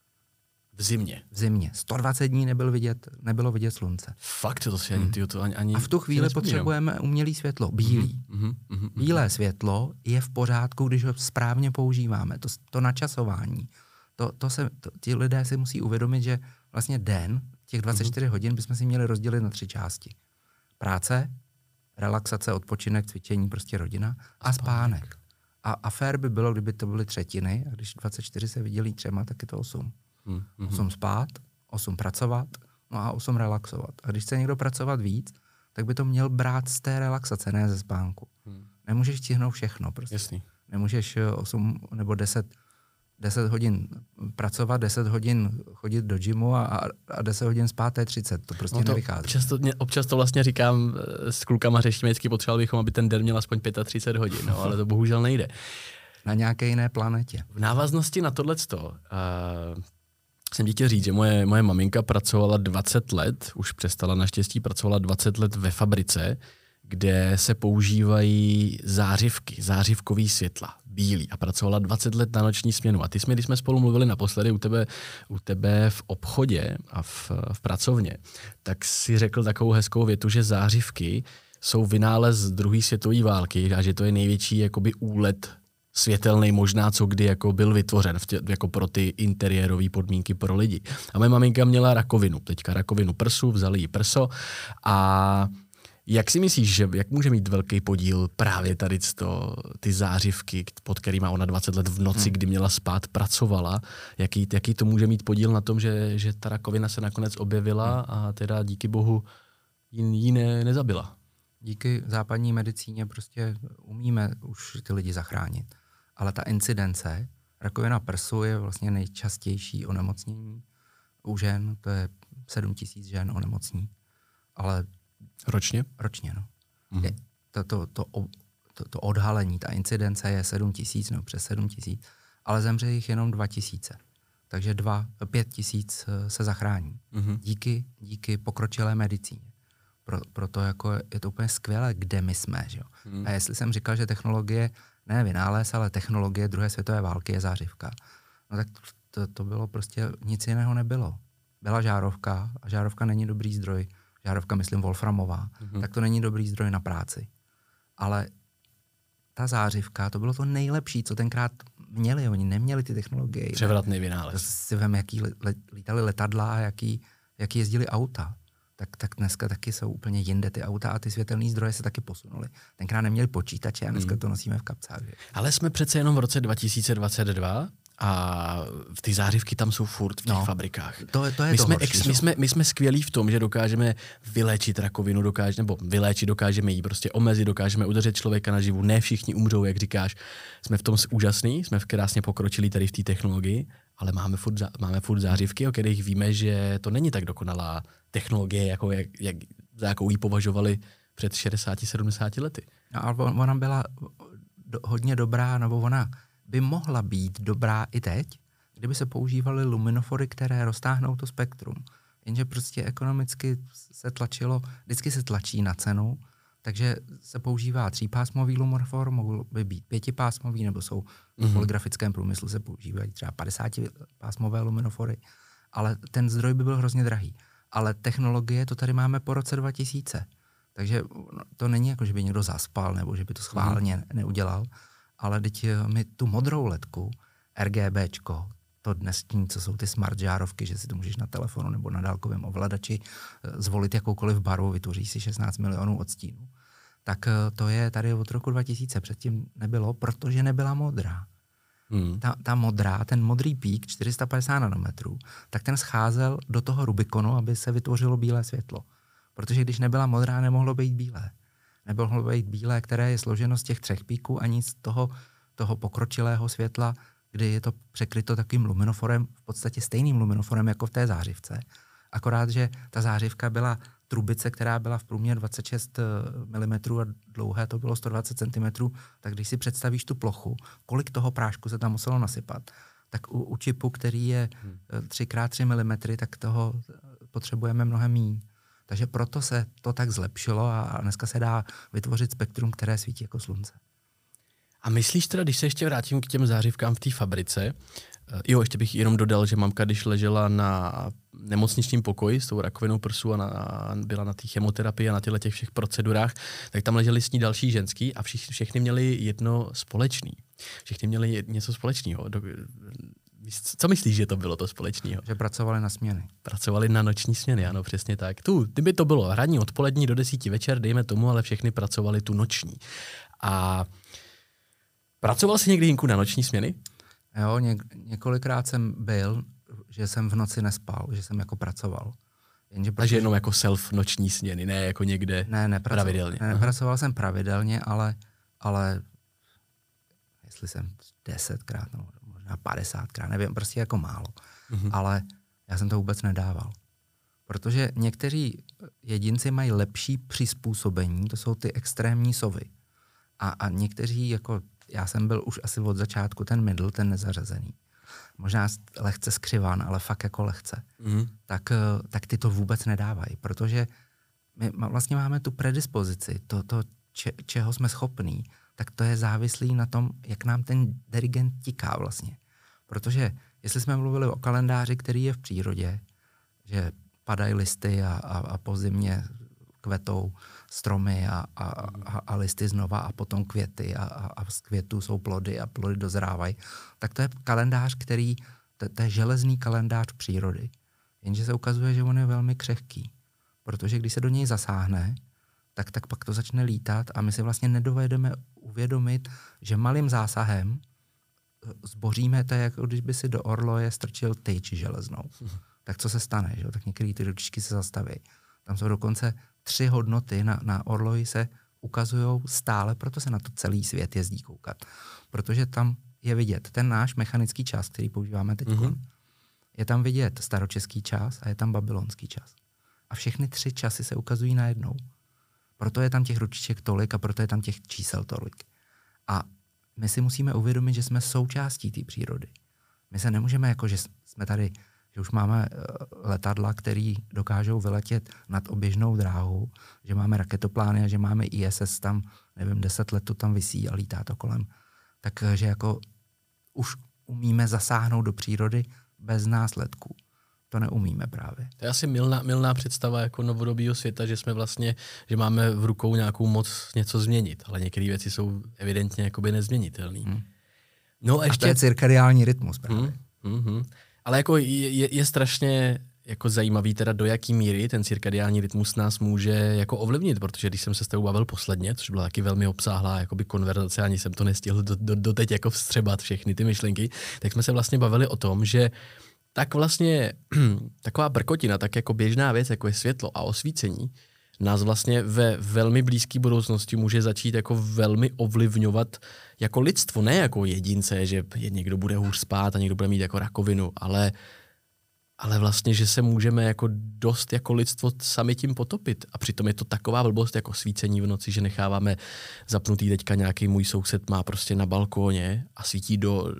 [SPEAKER 1] V zimě?
[SPEAKER 2] V zimě. 120 dní nebylo vidět slunce.
[SPEAKER 1] Fakt, to si ani
[SPEAKER 2] a v tu chvíli potřebujeme umělé světlo, bílý. Bílé světlo je v pořádku, když ho správně používáme. To načasování. Ti lidé si musí uvědomit, že vlastně den, těch 24 hodin, bychom si měli rozdělit na 3 části. Práce, relaxace, odpočinek, cvičení, prostě rodina a spánek. A fér by bylo, kdyby to byly třetiny, a když 24 se vydělí 3, tak je to 8. 8 spát, 8 pracovat, no a 8 relaxovat. A když chce někdo pracovat víc, tak by to měl brát z té relaxace, ne ze spánku. Nemůžeš stihnout všechno prostě.
[SPEAKER 1] Jasný.
[SPEAKER 2] Nemůžeš 8 nebo 10 10 hodin pracovat, 10 hodin chodit do gymu a 10 hodin spát, to je 30. To prostě nevychází.
[SPEAKER 1] Občas to vlastně říkám s klukama, řešíme, vždycky potřebovali bychom, aby ten den měl aspoň 35 hodin, no, ale to bohužel nejde.
[SPEAKER 2] Na nějaké jiné planetě.
[SPEAKER 1] V návaznosti na tohleto jsem ti chtěl říct, že moje maminka pracovala 20 let, už přestala naštěstí, pracovala 20 let ve fabrice, kde se používají zářivkový světla, bílý, a pracovala 20 let na noční směnu. A když jsme spolu mluvili naposledy u tebe v obchodě a v pracovně, tak si řekl takovou hezkou větu, že zářivky jsou vynález z druhé světové války a že to je největší jakoby úlet světelný možná, co kdy jako byl vytvořen jako pro ty interiérové podmínky pro lidi. A moje maminka měla rakovinu prsu, vzali jí prso a jak si myslíš, že jak může mít velký podíl právě tady ty zářivky, pod kterýma ona 20 let v noci, kdy měla spát, pracovala, jaký to může mít podíl na tom, že ta rakovina se nakonec objevila a teda díky bohu ji nezabila?
[SPEAKER 2] Díky západní medicíně prostě umíme už ty lidi zachránit. Ale ta incidence, rakovina prsu je vlastně nejčastější onemocnění u žen, to je 7 000 žen onemocní. Ale
[SPEAKER 1] ročně?
[SPEAKER 2] Ročně, no. Je, to odhalení, ta incidence je 7 000 nebo přes 7 000, ale zemře jich jenom 2 000. Takže 5 000 se zachrání. Díky pokročilé medicíně. Proto jako je to úplně skvělé, kde my jsme. Že jo? A jestli jsem říkal, že technologie, ne vynález, ale technologie druhé světové války je zářivka, no tak to bylo prostě, nic jiného nebylo. Byla žárovka a žárovka není dobrý zdroj. Žárovka, myslím, wolframová. Tak to není dobrý zdroj na práci. Ale ta zářivka, to bylo to nejlepší, co tenkrát měli. Oni neměli ty technologie.
[SPEAKER 1] Převratný vynález.
[SPEAKER 2] Si vem, jaký lítali letadla a jaký jezdili auta. Tak dneska taky jsou úplně jinde ty auta a ty světelné zdroje se taky posunuly. Tenkrát neměli počítače a dneska to nosíme v kapsách. Že?
[SPEAKER 1] Ale jsme přece jenom v roce 2022 a ty zářivky tam jsou furt v těch fabrikách.
[SPEAKER 2] To je
[SPEAKER 1] my jsme skvělí v tom, že dokážeme vyléčit rakovinu, dokážeme ji prostě omezit, dokážeme udržet člověka naživu. Ne všichni umřou, jak říkáš. Jsme v tom úžasní, jsme krásně pokročili tady v té technologii, ale máme furt zářivky, o kterých víme, že to není tak dokonalá technologie, jako za jakou ji považovali před 60-70 lety.
[SPEAKER 2] No, ale ona byla hodně dobrá, nebo ona by mohla být dobrá i teď, kdyby se používaly luminofory, které roztáhnou to spektrum. Jenže prostě ekonomicky se tlačilo, vždycky se tlačí na cenu, takže se používá 3pásmový luminofor, mohl by být 5pásmový, nebo jsou v polygrafickém průmyslu se používají třeba 50pásmové luminofory, ale ten zdroj by byl hrozně drahý. Ale technologie to tady máme po roce 2000. Takže to není jako, že by někdo zaspal, nebo že by to schválně neudělal, ale teď my tu modrou ledku, RGBčko, to dnesní, co jsou ty smart žárovky, že si to můžeš na telefonu nebo na dálkovém ovladači zvolit jakoukoliv barvu, vytvoří si 16 milionů odstínů. Tak to je tady od roku 2000, předtím nebylo, protože nebyla modrá. Ta modrá, ten modrý pík 450 nanometrů, tak ten scházel do toho Rubikonu, aby se vytvořilo bílé světlo. Protože když nebyla modrá, nemohlo být bílé. Nemohlo být bílé, které je složeno z těch 3 píků, ani z toho pokročilého světla, kdy je to překryto takovým luminoforem, v podstatě stejným luminoforem jako v té zářivce. Akorát, že ta zářivka byla trubice, která byla v průměru 26 mm a dlouhé to bylo 120 cm, tak když si představíš tu plochu, kolik toho prášku se tam muselo nasypat, tak u čipu, který je 3x3 mm, tak toho potřebujeme mnohem méně. Takže proto se to tak zlepšilo a dneska se dá vytvořit spektrum, které svítí jako slunce.
[SPEAKER 1] A myslíš teda, když se ještě vrátím k těm zářivkám v té fabrice, ještě bych jenom dodal, že mamka, když ležela na nemocničním pokoji s tou rakovinou prsu a byla na té chemoterapii a na těch všech procedurách, tak tam leželi s ní další ženský a všechny měli jedno společný. Všechny měli něco společného. Co myslíš, že to bylo to společného?
[SPEAKER 2] Že pracovali na směny.
[SPEAKER 1] Pracovali na noční směny, ano, přesně tak. Kdyby to bylo hraní odpolední do 10 večer, dejme tomu, ale všechny pracovali tu noční. A pracoval jsi někdy, Jinku, na noční směny?
[SPEAKER 2] Jo, několikrát jsem byl, že jsem v noci nespal, že jsem jako pracoval.
[SPEAKER 1] Takže jenom jako noční směny, ne jako někde pravidelně.
[SPEAKER 2] Nepracoval jsem pravidelně, ale jestli jsem 10krát, no, možná 50krát, nevím, prostě jako málo. Ale já jsem to vůbec nedával. Protože někteří jedinci mají lepší přizpůsobení, to jsou ty extrémní sovy. A někteří, jako já jsem byl už asi od začátku ten middle, ten nezařazený. Možná lehce skřivan, ale fakt jako lehce. Tak ty to vůbec nedávají, protože my vlastně máme tu predispozici, čeho jsme schopní, tak to je závislý na tom, jak nám ten dirigent tiká vlastně. Protože jestli jsme mluvili o kalendáři, který je v přírodě, že padají listy a po zimě kvetou stromy a listy znova a potom květy a z květů jsou plody a plody dozrávají, tak to je kalendář, to je železný kalendář přírody. Jenže se ukazuje, že on je velmi křehký. Protože když se do něj zasáhne, tak pak to začne lítat a my si vlastně nedovedeme uvědomit, že malým zásahem zboříme, to je jako když by si do orloje strčil tyč železnou. Tak co se stane? Že? Tak některé ty ručičky se zastaví. Tam jsou dokonce 3 hodnoty na orloji se ukazují stále, proto se na to celý svět jezdí koukat. Protože tam je vidět ten náš mechanický čas, který používáme teď. Je tam vidět staročeský čas a je tam babylonský čas. A všechny 3 časy se ukazují najednou. Proto je tam těch ručiček tolik a proto je tam těch čísel tolik. A my si musíme uvědomit, že jsme součástí té přírody. My se nemůžeme, jako že jsme tady, že už máme letadla, které dokážou vyletět nad oběžnou dráhu, že máme raketoplány a že máme ISS tam, nevím, 10 let to tam visí a lítá to kolem. Takže jako už umíme zasáhnout do přírody bez následků. To neumíme právě.
[SPEAKER 1] To je asi mylná představa jako novodobího světa, že jsme vlastně, že máme v rukou nějakou moc něco změnit, ale některé věci jsou evidentně jakoby nezměnitelné. No,
[SPEAKER 2] a to je cirkadiální rytmus právě.
[SPEAKER 1] Ale jako je strašně jako zajímavý teda, do jaký míry ten cirkadiální rytmus nás může jako ovlivnit, protože když jsem se s tebou bavil posledně, což byla taky velmi obsáhlá jakoby konverzace, ani jsem to nestihl doteď jako vstřebat všechny ty myšlenky, tak jsme se vlastně bavili o tom, že tak vlastně taková brkotina, tak jako běžná věc, jako je světlo a osvícení, nás vlastně ve velmi blízké budoucnosti může začít jako velmi ovlivňovat jako lidstvo, ne jako jedince, že někdo bude hůř spát a někdo bude mít jako rakovinu, ale vlastně, že se můžeme jako dost jako lidstvo sami tím potopit. A přitom je to taková blbost jako svícení v noci, že necháváme zapnutý teďka nějaký můj soused má prostě na balkóně a svítí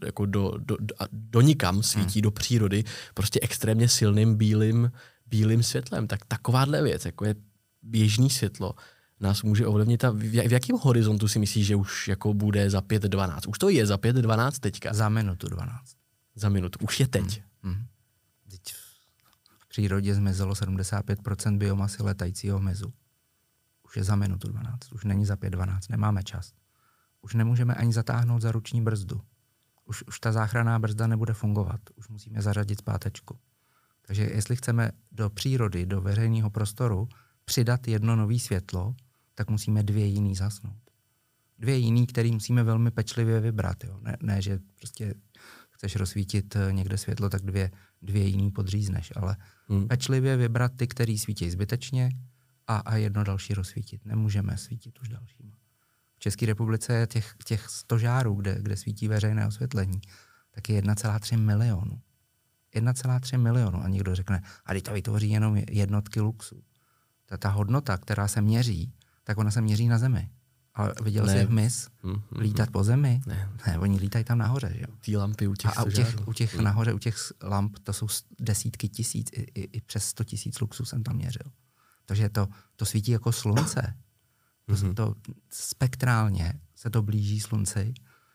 [SPEAKER 1] do nikam, svítí do přírody, prostě extrémně silným bílým světlem. Tak takováhle věc, jako je běžný světlo, nás může ovlivnit. A v jakém horizontu si myslíš, že už jako bude za 5:12? Už to je za 5:12 teďka?
[SPEAKER 2] Za minutu 12.
[SPEAKER 1] Za minutu. Už je teď.
[SPEAKER 2] Teď v přírodě zmizelo 75% biomasy letajícího hmyzu. Už je za minutu 12. Už není za 5:12. Nemáme čas. Už nemůžeme ani zatáhnout za ruční brzdu. Už ta záchranná brzda nebude fungovat. Už musíme zařadit zpátečku. Takže jestli chceme do přírody, do veřejného prostoru přidat jedno nový světlo, tak musíme 2 jiný zasnout. 2 jiný, který musíme velmi pečlivě vybrat. Jo? Ne, že prostě chceš rozsvítit někde světlo, tak 2 jiný podřízneš, ale pečlivě vybrat ty, který svítí zbytečně a jedno další rozsvítit. Nemůžeme svítit už dalšíma. V České republice je těch 100 žárů, kde svítí veřejné osvětlení, tak je 1,3 milionu. 1,3 milionu. A někdo řekne, a teď to vytvoří jenom jednotky luxu. Ta hodnota, která se měří, tak ona se měří na zemi. Ale viděl jsi hmyz lítat po zemi? Ne, oni lítají tam nahoře, že jo?
[SPEAKER 1] Ty lampy u těch
[SPEAKER 2] u těch nahoře, u těch lamp, to jsou desítky tisíc, i přes 100 000 luxů jsem tam měřil. Takže to svítí jako slunce. To spektrálně se to blíží slunci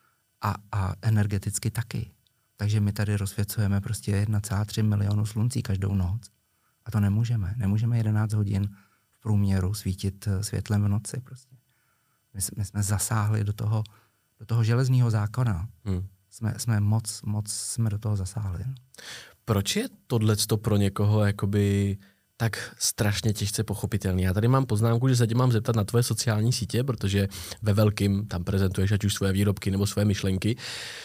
[SPEAKER 2] a energeticky taky. Takže my tady rozsvěcujeme prostě 1,3 milionu sluncí každou noc. A to nemůžeme. Nemůžeme 11 hodin v průměru svítit světlem v noci prostě. My jsme zasáhli do toho železného zákona. Jsme moc jsme do toho zasáhli. No.
[SPEAKER 1] Proč je tohleto pro někoho jakoby tak strašně těžce pochopitelný? Já tady mám poznámku, že se tě mám zeptat na tvoje sociální sítě, protože ve velkým tam prezentuješ ať už svoje výrobky nebo svoje myšlenky.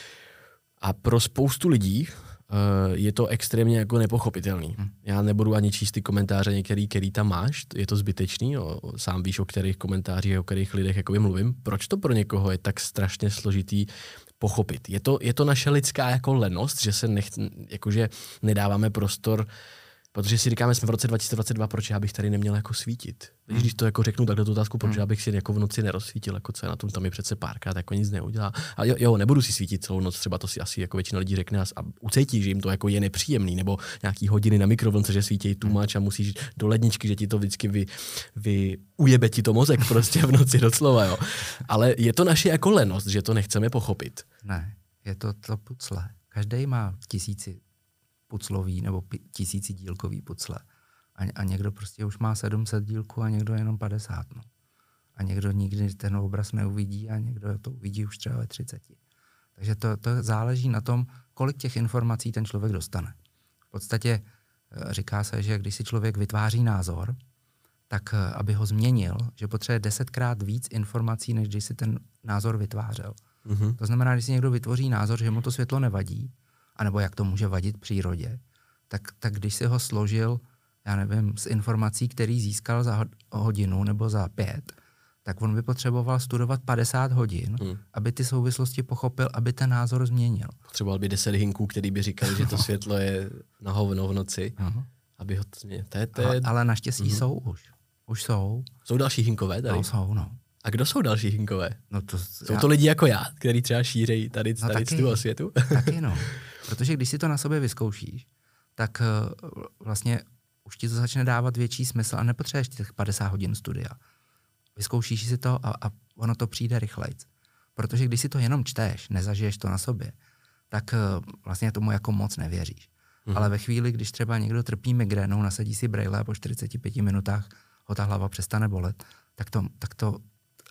[SPEAKER 1] A pro spoustu lidí je to extrémně jako nepochopitelný. Já nebudu ani číst ty komentáře který tam máš, je to zbytečný, sám víš, o kterých komentářích, o kterých lidech jakoby mluvím. Proč to pro někoho je tak strašně složitý pochopit. Je to naše lidská jako lenost, že se jakože nedáváme prostor, protože si říkáme, jsme v roce 2022, proč já bych tady neměl jako svítit. Když to jako řeknu takhle tu otázku, proč já bych si jako v noci nerozsvítil, jako co je na tom, tam je přece párkrát, jako nic neudělá. A jo, nebudu si svítit celou noc, třeba to si asi jako většina lidí řekne a ucítí, že jim to jako je nepříjemný, nebo nějaký hodiny na mikrovlnce, že svítí too much a musíš do ledničky, že ti to vždycky ujebe ti to mozek prostě v noci doslova, jo. Ale je to naše jako lenost, že to nechceme pochopit.
[SPEAKER 2] Ne, je to pucle. Každý má 1000 puclový nebo 1000 dílkový pucle. A někdo prostě už má 700 dílků a někdo jenom 50. No. A někdo nikdy ten obraz neuvidí a někdo to uvidí už třeba ve 30. Takže to záleží na tom, kolik těch informací ten člověk dostane. V podstatě říká se, že když si člověk vytváří názor, tak aby ho změnil, že potřebuje 10krát víc informací, než když si ten názor vytvářel. Mm-hmm. To znamená, když si někdo vytvoří názor, že mu to světlo nevadí, anebo jak to může vadit přírodě, tak když si ho složil, já nevím, z informací, který získal za hodinu nebo za 5, tak on by potřeboval studovat 50 hodin, aby ty souvislosti pochopil, aby ten názor změnil.
[SPEAKER 1] Potřeboval by 10 hinků, který by říkali, že to světlo je na hovno v noci, aby ho to změnil.
[SPEAKER 2] Ale naštěstí jsou už. Už jsou.
[SPEAKER 1] Jsou další hinkové tady?
[SPEAKER 2] No, jsou, no.
[SPEAKER 1] A kdo jsou další hinkové?
[SPEAKER 2] No
[SPEAKER 1] jsou to lidi jako já, kteří třeba šířejí tady z toho světu?
[SPEAKER 2] Taky no. Protože když si to na sobě vyzkoušíš, tak vlastně už ti to začne dávat větší smysl a nepotřebuješ těch 50 hodin studia. Vyzkoušíš si to a ono to přijde rychlejc. Protože když si to jenom čteš, nezažiješ to na sobě, tak vlastně tomu jako moc nevěříš. Ale ve chvíli, když třeba někdo trpí migrénou, nasadí si brejle a po 45 minutách ho ta hlava přestane bolet, tak to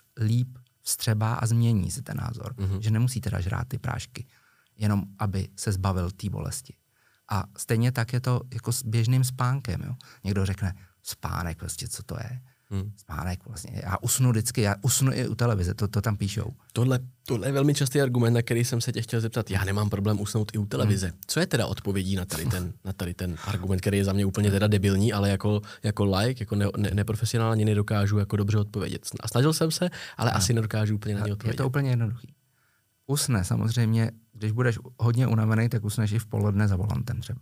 [SPEAKER 2] líp vstřebá a změní si ten názor. Že nemusí teda žrát ty prášky, jenom aby se zbavil té bolesti. A stejně tak je to jako s běžným spánkem. Jo. Někdo řekne, spánek, prostě co to je? Spánek vlastně. Já usnu i u televize, to tam píšou.
[SPEAKER 1] Tohle je velmi častý argument, na který jsem se tě chtěl zeptat. Já nemám problém usnout i u televize. Co je teda odpovědí na tady ten argument, který je za mě úplně teda debilní, ale jako like, jako neprofesionálně nedokážu jako dobře odpovědět. A snažil jsem se, ale asi nedokážu úplně na ně odpovědět.
[SPEAKER 2] Je to úplně jednoduchý. Usne samozřejmě, když budeš hodně unavený, tak usneš i v poledne za volantem třeba.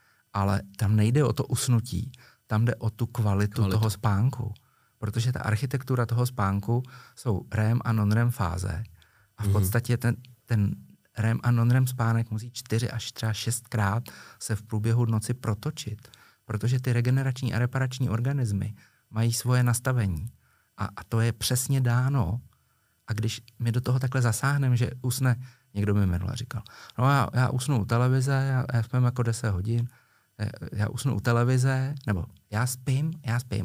[SPEAKER 2] Ale tam nejde o to usnutí, tam jde o tu kvalitu toho spánku. Protože ta architektura toho spánku jsou REM a non-REM fáze. A v podstatě ten REM a non-REM spánek musí 4 až třeba 6krát se v průběhu noci protočit. Protože ty regenerační a reparační organismy mají svoje nastavení. A to je přesně dáno. A když my do toho takhle zasáhneme, že usne, někdo mi minule říkal, no já usnu u televize, já spím jako 10 hodin, já usnu u televize, nebo já spím,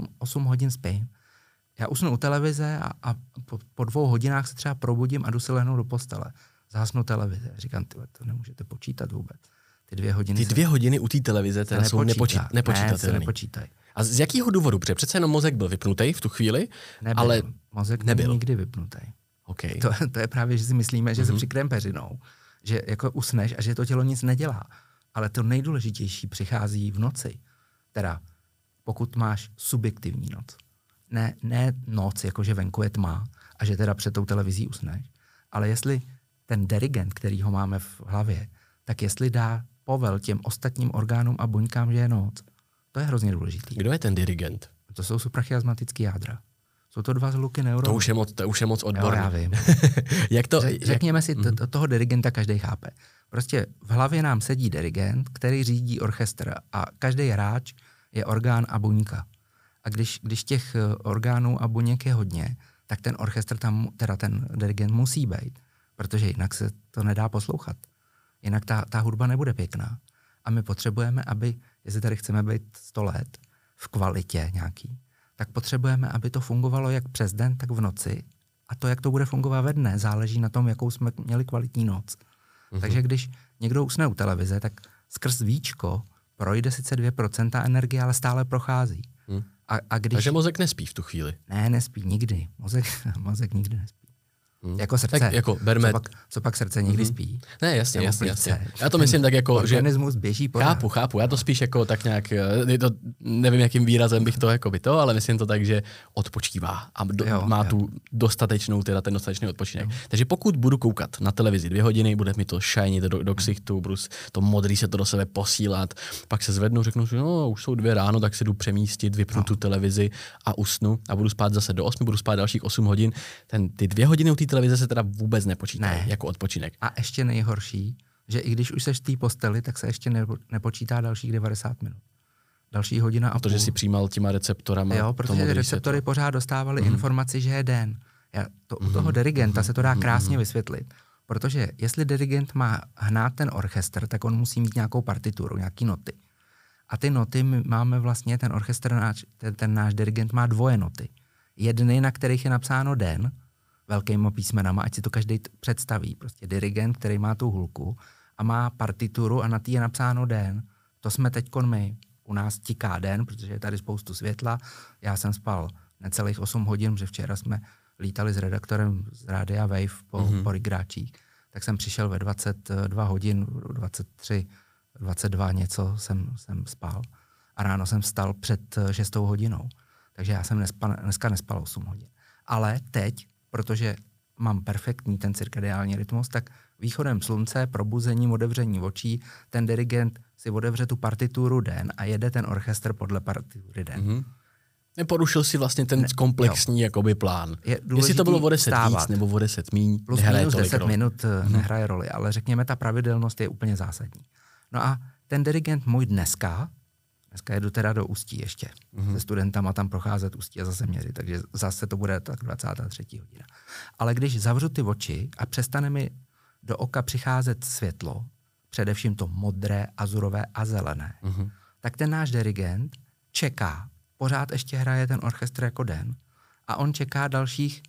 [SPEAKER 2] 8 hodin spím, já usnu u televize a po 2 hodinách se třeba probudím a jdu si lehnout do postele. Zhasnu televize. Říkám, to nemůžete počítat vůbec. Ty 2 hodiny...
[SPEAKER 1] Ty 2 hodiny u té televize teda jsou nepočítatelné.
[SPEAKER 2] Ne, se nepočítají.
[SPEAKER 1] A z jakého důvodu? Protože přece jenom mozek byl vypnutý v tu chvíli,
[SPEAKER 2] nebyl.
[SPEAKER 1] Ale
[SPEAKER 2] mozek nebyl nikdy vypnutý.
[SPEAKER 1] Okay.
[SPEAKER 2] To je právě, že si myslíme, že se přikryjeme peřinou, že jako usneš a že to tělo nic nedělá. Ale to nejdůležitější přichází v noci. Teda pokud máš subjektivní noc. Ne noc, jakože venku je tma a že teda před tou televizí usneš. Ale jestli ten dirigent, který ho máme v hlavě, tak jestli dá povel těm ostatním orgánům a buňkám, že je noc. To je hrozně důležitý.
[SPEAKER 1] Kdo je ten dirigent?
[SPEAKER 2] To jsou suprachiasmatický jádra. Jsou to 2 zluky neuronů.
[SPEAKER 1] To už je moc odborné.
[SPEAKER 2] Jo, já vím. Řekněme si, toho dirigenta každý chápe. Prostě v hlavě nám sedí dirigent, který řídí orchestr a každý hráč je orgán a buňka. A když těch orgánů a buněk je hodně, tak ten orchestr tam, teda ten dirigent musí být, protože jinak se to nedá poslouchat. Jinak ta hudba nebude pěkná. A my potřebujeme, aby, jestli tady chceme být 100 let v kvalitě nějaký, tak potřebujeme, aby to fungovalo jak přes den, tak v noci. A to, jak to bude fungovat ve dne, záleží na tom, jakou jsme měli kvalitní noc. Takže když někdo usne u televize, tak skrz víčko projde sice 2% energie, ale stále prochází. Takže
[SPEAKER 1] mozek nespí v tu chvíli?
[SPEAKER 2] Ne, nespí nikdy. Mozek nikdy nespí. Jako srdce.
[SPEAKER 1] Tak jako berme...
[SPEAKER 2] Co pak srdce někdy spí?
[SPEAKER 1] Ne, jasně. Já to myslím tak jako,
[SPEAKER 2] organismus běží pořád.
[SPEAKER 1] Chápu. Já to spíš jako tak nějak, nevím, jakým výrazem bych to jako ale myslím to tak, že odpočívá a má tu dostatečnou, teda ten dostatečný odpočinek. Takže pokud budu koukat na televizi 2 hodiny, bude mi to šajnit do ksichtu, budu to modrý se to do sebe posílat, pak se zvednu, řeknu, že no, už jsou 2 ráno, tak se jdu přemístit, vypnu tu televizi a usnu a budu spát zase do 8, budu spát dalších 8 hodin. Ty 2 hodiny u té televize se teda vůbec nepočítají jako odpočinek.
[SPEAKER 2] A ještě nejhorší, že i když už seš v té posteli, tak se ještě nepočítá dalších 90 minut. Další hodina a půl.
[SPEAKER 1] Protože si přijímal těma receptorama.
[SPEAKER 2] Jo, protože receptory pořád dostávaly informaci, že je den. U toho dirigenta se to dá krásně vysvětlit. Protože jestli dirigent má hnát ten orchestr, tak on musí mít nějakou partituru, nějaký noty. A ty noty máme vlastně, ten orchestr, ten náš dirigent má 2 noty. Jedny, na kterých je napsáno den, velkýma písmenama, ať si to každý představí. Prostě dirigent, který má tu hulku a má partituru a na té je napsáno den. To jsme teďkon my. U nás tiká den, protože je tady spoustu světla. Já jsem spal necelých 8 hodin, protože včera jsme lítali s redaktorem z Rádia Wave po Rigráčích. Tak jsem přišel ve 22 hodin, 23, 22 něco jsem spal. A ráno jsem vstal před 6 hodinou. Takže já jsem dneska nespal 8 hodin. Ale teď, protože mám perfektní ten cirkadiální rytmus, tak východem slunce, probuzením, otevření očí, ten dirigent si otevře tu partituru den a jede ten orchestr podle partitury den.
[SPEAKER 1] Neporušil si vlastně ten komplexní jakoby plán. Jestli to bylo o 10 víc nebo o 10 míň,
[SPEAKER 2] plus minus 10 minut nehraje roli, ale řekněme, ta pravidelnost je úplně zásadní. No a ten dirigent můj dneska jedu teda do Ústí ještě. Se studentama tam procházet Ústí a zase měřit, takže zase to bude tak 23. hodina. Ale když zavřu ty oči a přestane mi do oka přicházet světlo, především to modré, azurové a zelené, tak ten náš dirigent čeká, pořád ještě hraje ten orchestr jako den a on čeká dalších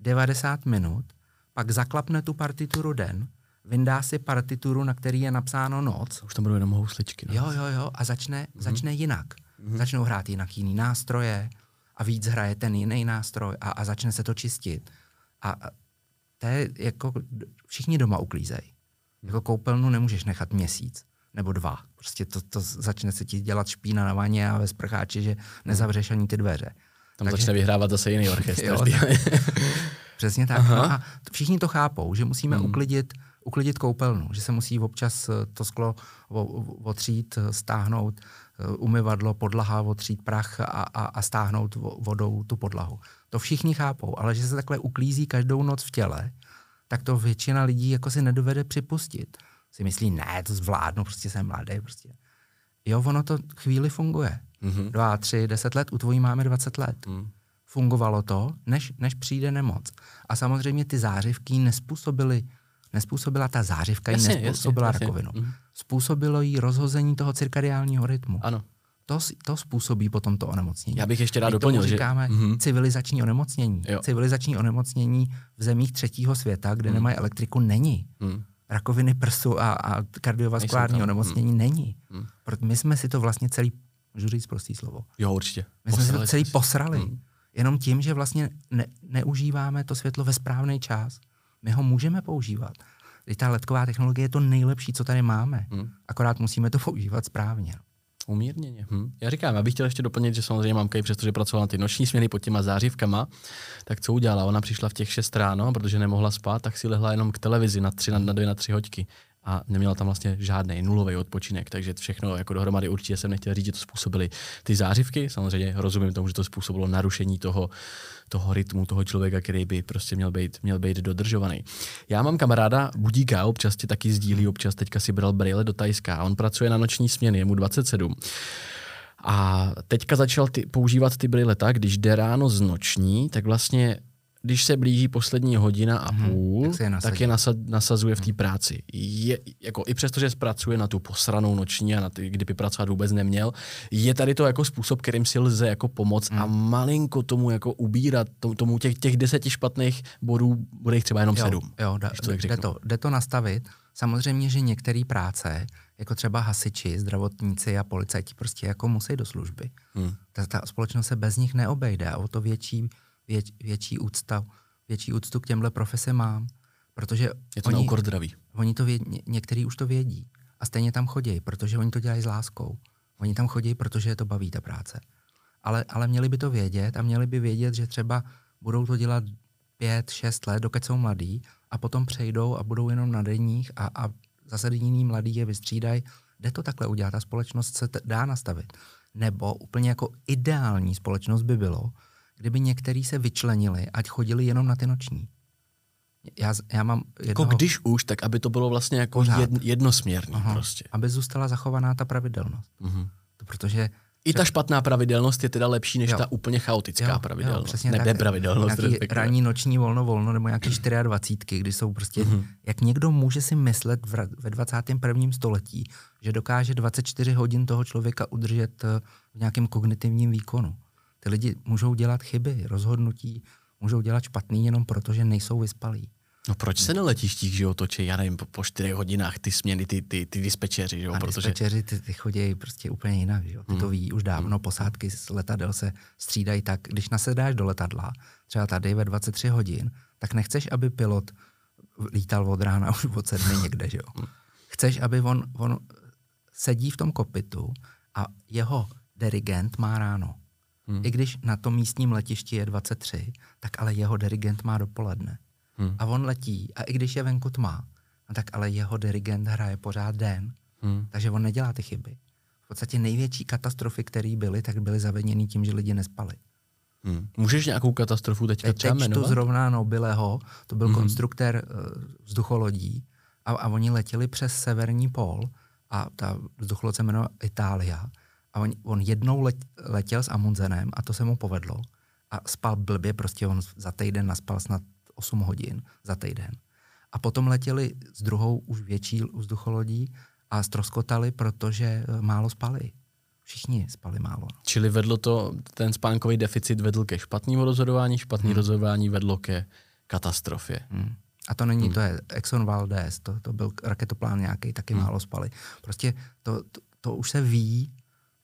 [SPEAKER 2] 90 minut, pak zaklapne tu partituru den, vyndá si partituru, na který je napsáno noc.
[SPEAKER 1] Už tam budou jenom housličky.
[SPEAKER 2] No? Jo, a začne jinak. Začnou hrát jiný nástroje a víc hraje ten jiný nástroj a začne se to čistit. A to je jako všichni doma uklízejí. Jako koupelnu nemůžeš nechat měsíc nebo 2. Prostě to začne se ti dělat špína na vaně a ve sprcháči, že nezavřeš ani ty dveře.
[SPEAKER 1] Tam začne vyhrávat zase jiný orchestr.
[SPEAKER 2] Přesně tak. No a všichni to chápou, že musíme uklidit koupelnu, že se musí občas to sklo otřít, stáhnout, umyvadlo, podlaha, otřít prach a stáhnout vodou tu podlahu. To všichni chápou, ale že se takhle uklízí každou noc v těle, tak to většina lidí jako si nedovede připustit. Si myslí, ne, to zvládnu, prostě jsem mladý. Prostě. Jo, ono to chvíli funguje. 2, 3, 10 let, u tvojí máme 20 let. Fungovalo to, než přijde nemoc. A samozřejmě ty zářivky nespůsobila ta zářivka, nespůsobila rakovinu. Způsobilo jí rozhození toho cirkadiálního rytmu.
[SPEAKER 1] Ano.
[SPEAKER 2] To způsobí potom to onemocnění.
[SPEAKER 1] Já bych ještě rád doplnil, že
[SPEAKER 2] říkáme civilizační onemocnění. Civilizační onemocnění v zemích 3. světa, kde nemají elektriku, není. Rakoviny prsu a kardiovaskulární onemocnění není. Proto my jsme si to vlastně celý, můžu říct prostý slovo.
[SPEAKER 1] Jo, určitě.
[SPEAKER 2] My jsme si to celý posrali. Jenom tím, že vlastně neužíváme to světlo ve správný čas. My ho můžeme používat. Ta ledková technologie je to nejlepší, co tady máme. Akorát musíme to používat správně.
[SPEAKER 1] Umírněně. Já říkám, já bych chtěl ještě doplnit, že samozřejmě mamka i přestože pracovala na ty noční směny pod těma zářivkama, tak co udělala? Ona přišla v těch 6 ráno, protože nemohla spát, tak si lehla jenom k televizi na 2 na 3 hoďky. A neměla tam vlastně žádný nulový odpočinek, takže všechno jako dohromady určitě jsem nechtěl říct, že to způsobily ty zářivky. Samozřejmě rozumím tomu, že to způsobilo narušení toho rytmu toho člověka, který by prostě měl být dodržovaný. Já mám kamaráda Budíka, občas ti taky sdílí, občas teďka si bral brejle do Thajska a on pracuje na noční směny, je mu 27. A teďka začal používat ty brejle tak, když jde ráno z noční, tak vlastně když se blíží poslední hodina a půl, tak je nasazuje v té práci. Jako, i přesto, že pracuje na tu posranou noční a na ty, kdyby pracovat vůbec neměl, je tady to jako způsob, kterým si lze jako pomoct a malinko tomu jako ubírat, tomu těch 10 špatných bodů bude jich třeba jenom 7.
[SPEAKER 2] Jo, jde to nastavit. Samozřejmě, že některé práce, jako třeba hasiči, zdravotníci a policajti prostě jako musí do služby. Ta společnost se bez nich neobejde a o to větší úcta větší úctu k těmhle profese mám, protože
[SPEAKER 1] je to na úkor zdraví.
[SPEAKER 2] Oni to některý už to vědí a stejně tam chodí, protože oni to dělají s láskou. Oni tam chodí, protože je to baví ta práce. Ale měli by to vědět a měli by vědět, že třeba budou to dělat 5-6 let, dokud jsou mladí a potom přejdou a budou jenom na denních a zase jiní mladí je vystřídají. Jde to takhle udělat, ta společnost se dá nastavit. Nebo úplně jako ideální společnost by bylo, kdyby některý se vyčlenili, ať chodili jenom na ty noční. Já mám
[SPEAKER 1] jako když už, tak aby to bylo vlastně jako jednosměrný prostě.
[SPEAKER 2] Aby zůstala zachovaná ta pravidelnost. Protože
[SPEAKER 1] i ta špatná pravidelnost je teda lepší než ta úplně chaotická pravidelnost. Nepravidelnost.
[SPEAKER 2] Nějaký ranní, noční, volno, nebo nějaké 24, kdy jsou prostě, jak někdo může si myslet ve 21. století, že dokáže 24 hodin toho člověka udržet v nějakém kognitivním výkonu. Ty lidi můžou dělat chyby, rozhodnutí, můžou dělat špatný jenom proto, že nejsou vyspalí.
[SPEAKER 1] No proč se na letištích, že jo, točí, já nevím, po 4 hodinách ty směny, ty dispečeři, že jo?
[SPEAKER 2] A dispečeři, ty chodí prostě úplně jinak, že jo? Ty to ví už dávno, posádky z letadel se střídají tak, když nasedáš do letadla, třeba tady ve 23 hodin, tak nechceš, aby pilot lítal od rána už od 7 někde, že jo? Chceš, aby on sedí v tom kokpitu a jeho dirigent má ráno. I když na tom místním letišti je 23, tak ale jeho dirigent má dopoledne. A on letí a i když je venku tma, tak ale jeho dirigent hraje pořád den, takže on nedělá ty chyby. V podstatě největší katastrofy, které byly, tak byly zaviněny tím, že lidi nespali.
[SPEAKER 1] Můžeš nějakou katastrofu teďka třeba jmenovat?
[SPEAKER 2] Teď to zrovna Nobileho, to byl konstruktér vzducholodí a oni letěli přes severní pól a ta vzducholod se jmenovala Itália a on jednou letěl s Amundsenem a to se mu povedlo a spal blbě, prostě on za týden naspal snad 8 hodin za týden. A potom letěli s druhou už větší vzducholodí a ztroskotali, protože málo spali. Všichni spali málo.
[SPEAKER 1] Čili vedlo to, ten spánkový deficit vedl ke špatnému rozhodování, špatné rozhodování vedlo ke katastrofě.
[SPEAKER 2] A to není, to je Exxon Valdez, to byl raketoplán nějaký, taky málo spali. Prostě to už se ví,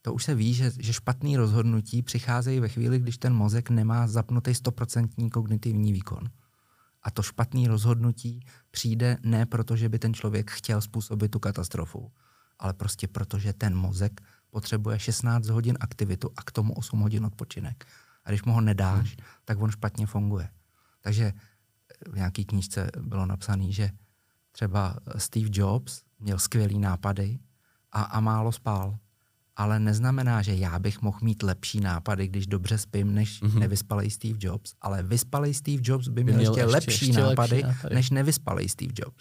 [SPEAKER 2] že špatný rozhodnutí přicházejí ve chvíli, když ten mozek nemá zapnutý 100% kognitivní výkon. A to špatný rozhodnutí přijde ne proto, že by ten člověk chtěl způsobit tu katastrofu, ale prostě proto, že ten mozek potřebuje 16 hodin aktivitu a k tomu 8 hodin odpočinek. A když mu ho nedáš, tak on špatně funguje. Takže v nějaký knížce bylo napsané, že třeba Steve Jobs měl skvělý nápady a málo spal. Ale neznamená, že já bych mohl mít lepší nápady, když dobře spím, než nevyspalej Steve Jobs. Ale vyspalej Steve Jobs by měl ještě lepší nápady, než nevyspalej Steve Jobs.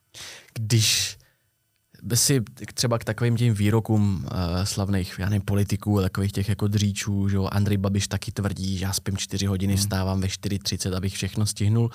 [SPEAKER 1] Když by si třeba k takovým těm výrokům slavných, já nevím, politiků, takových těch jako dříčů, že Andrej Babiš taky tvrdí, že já spím 4 hodiny, vstávám ve 4:30, abych všechno stihnul.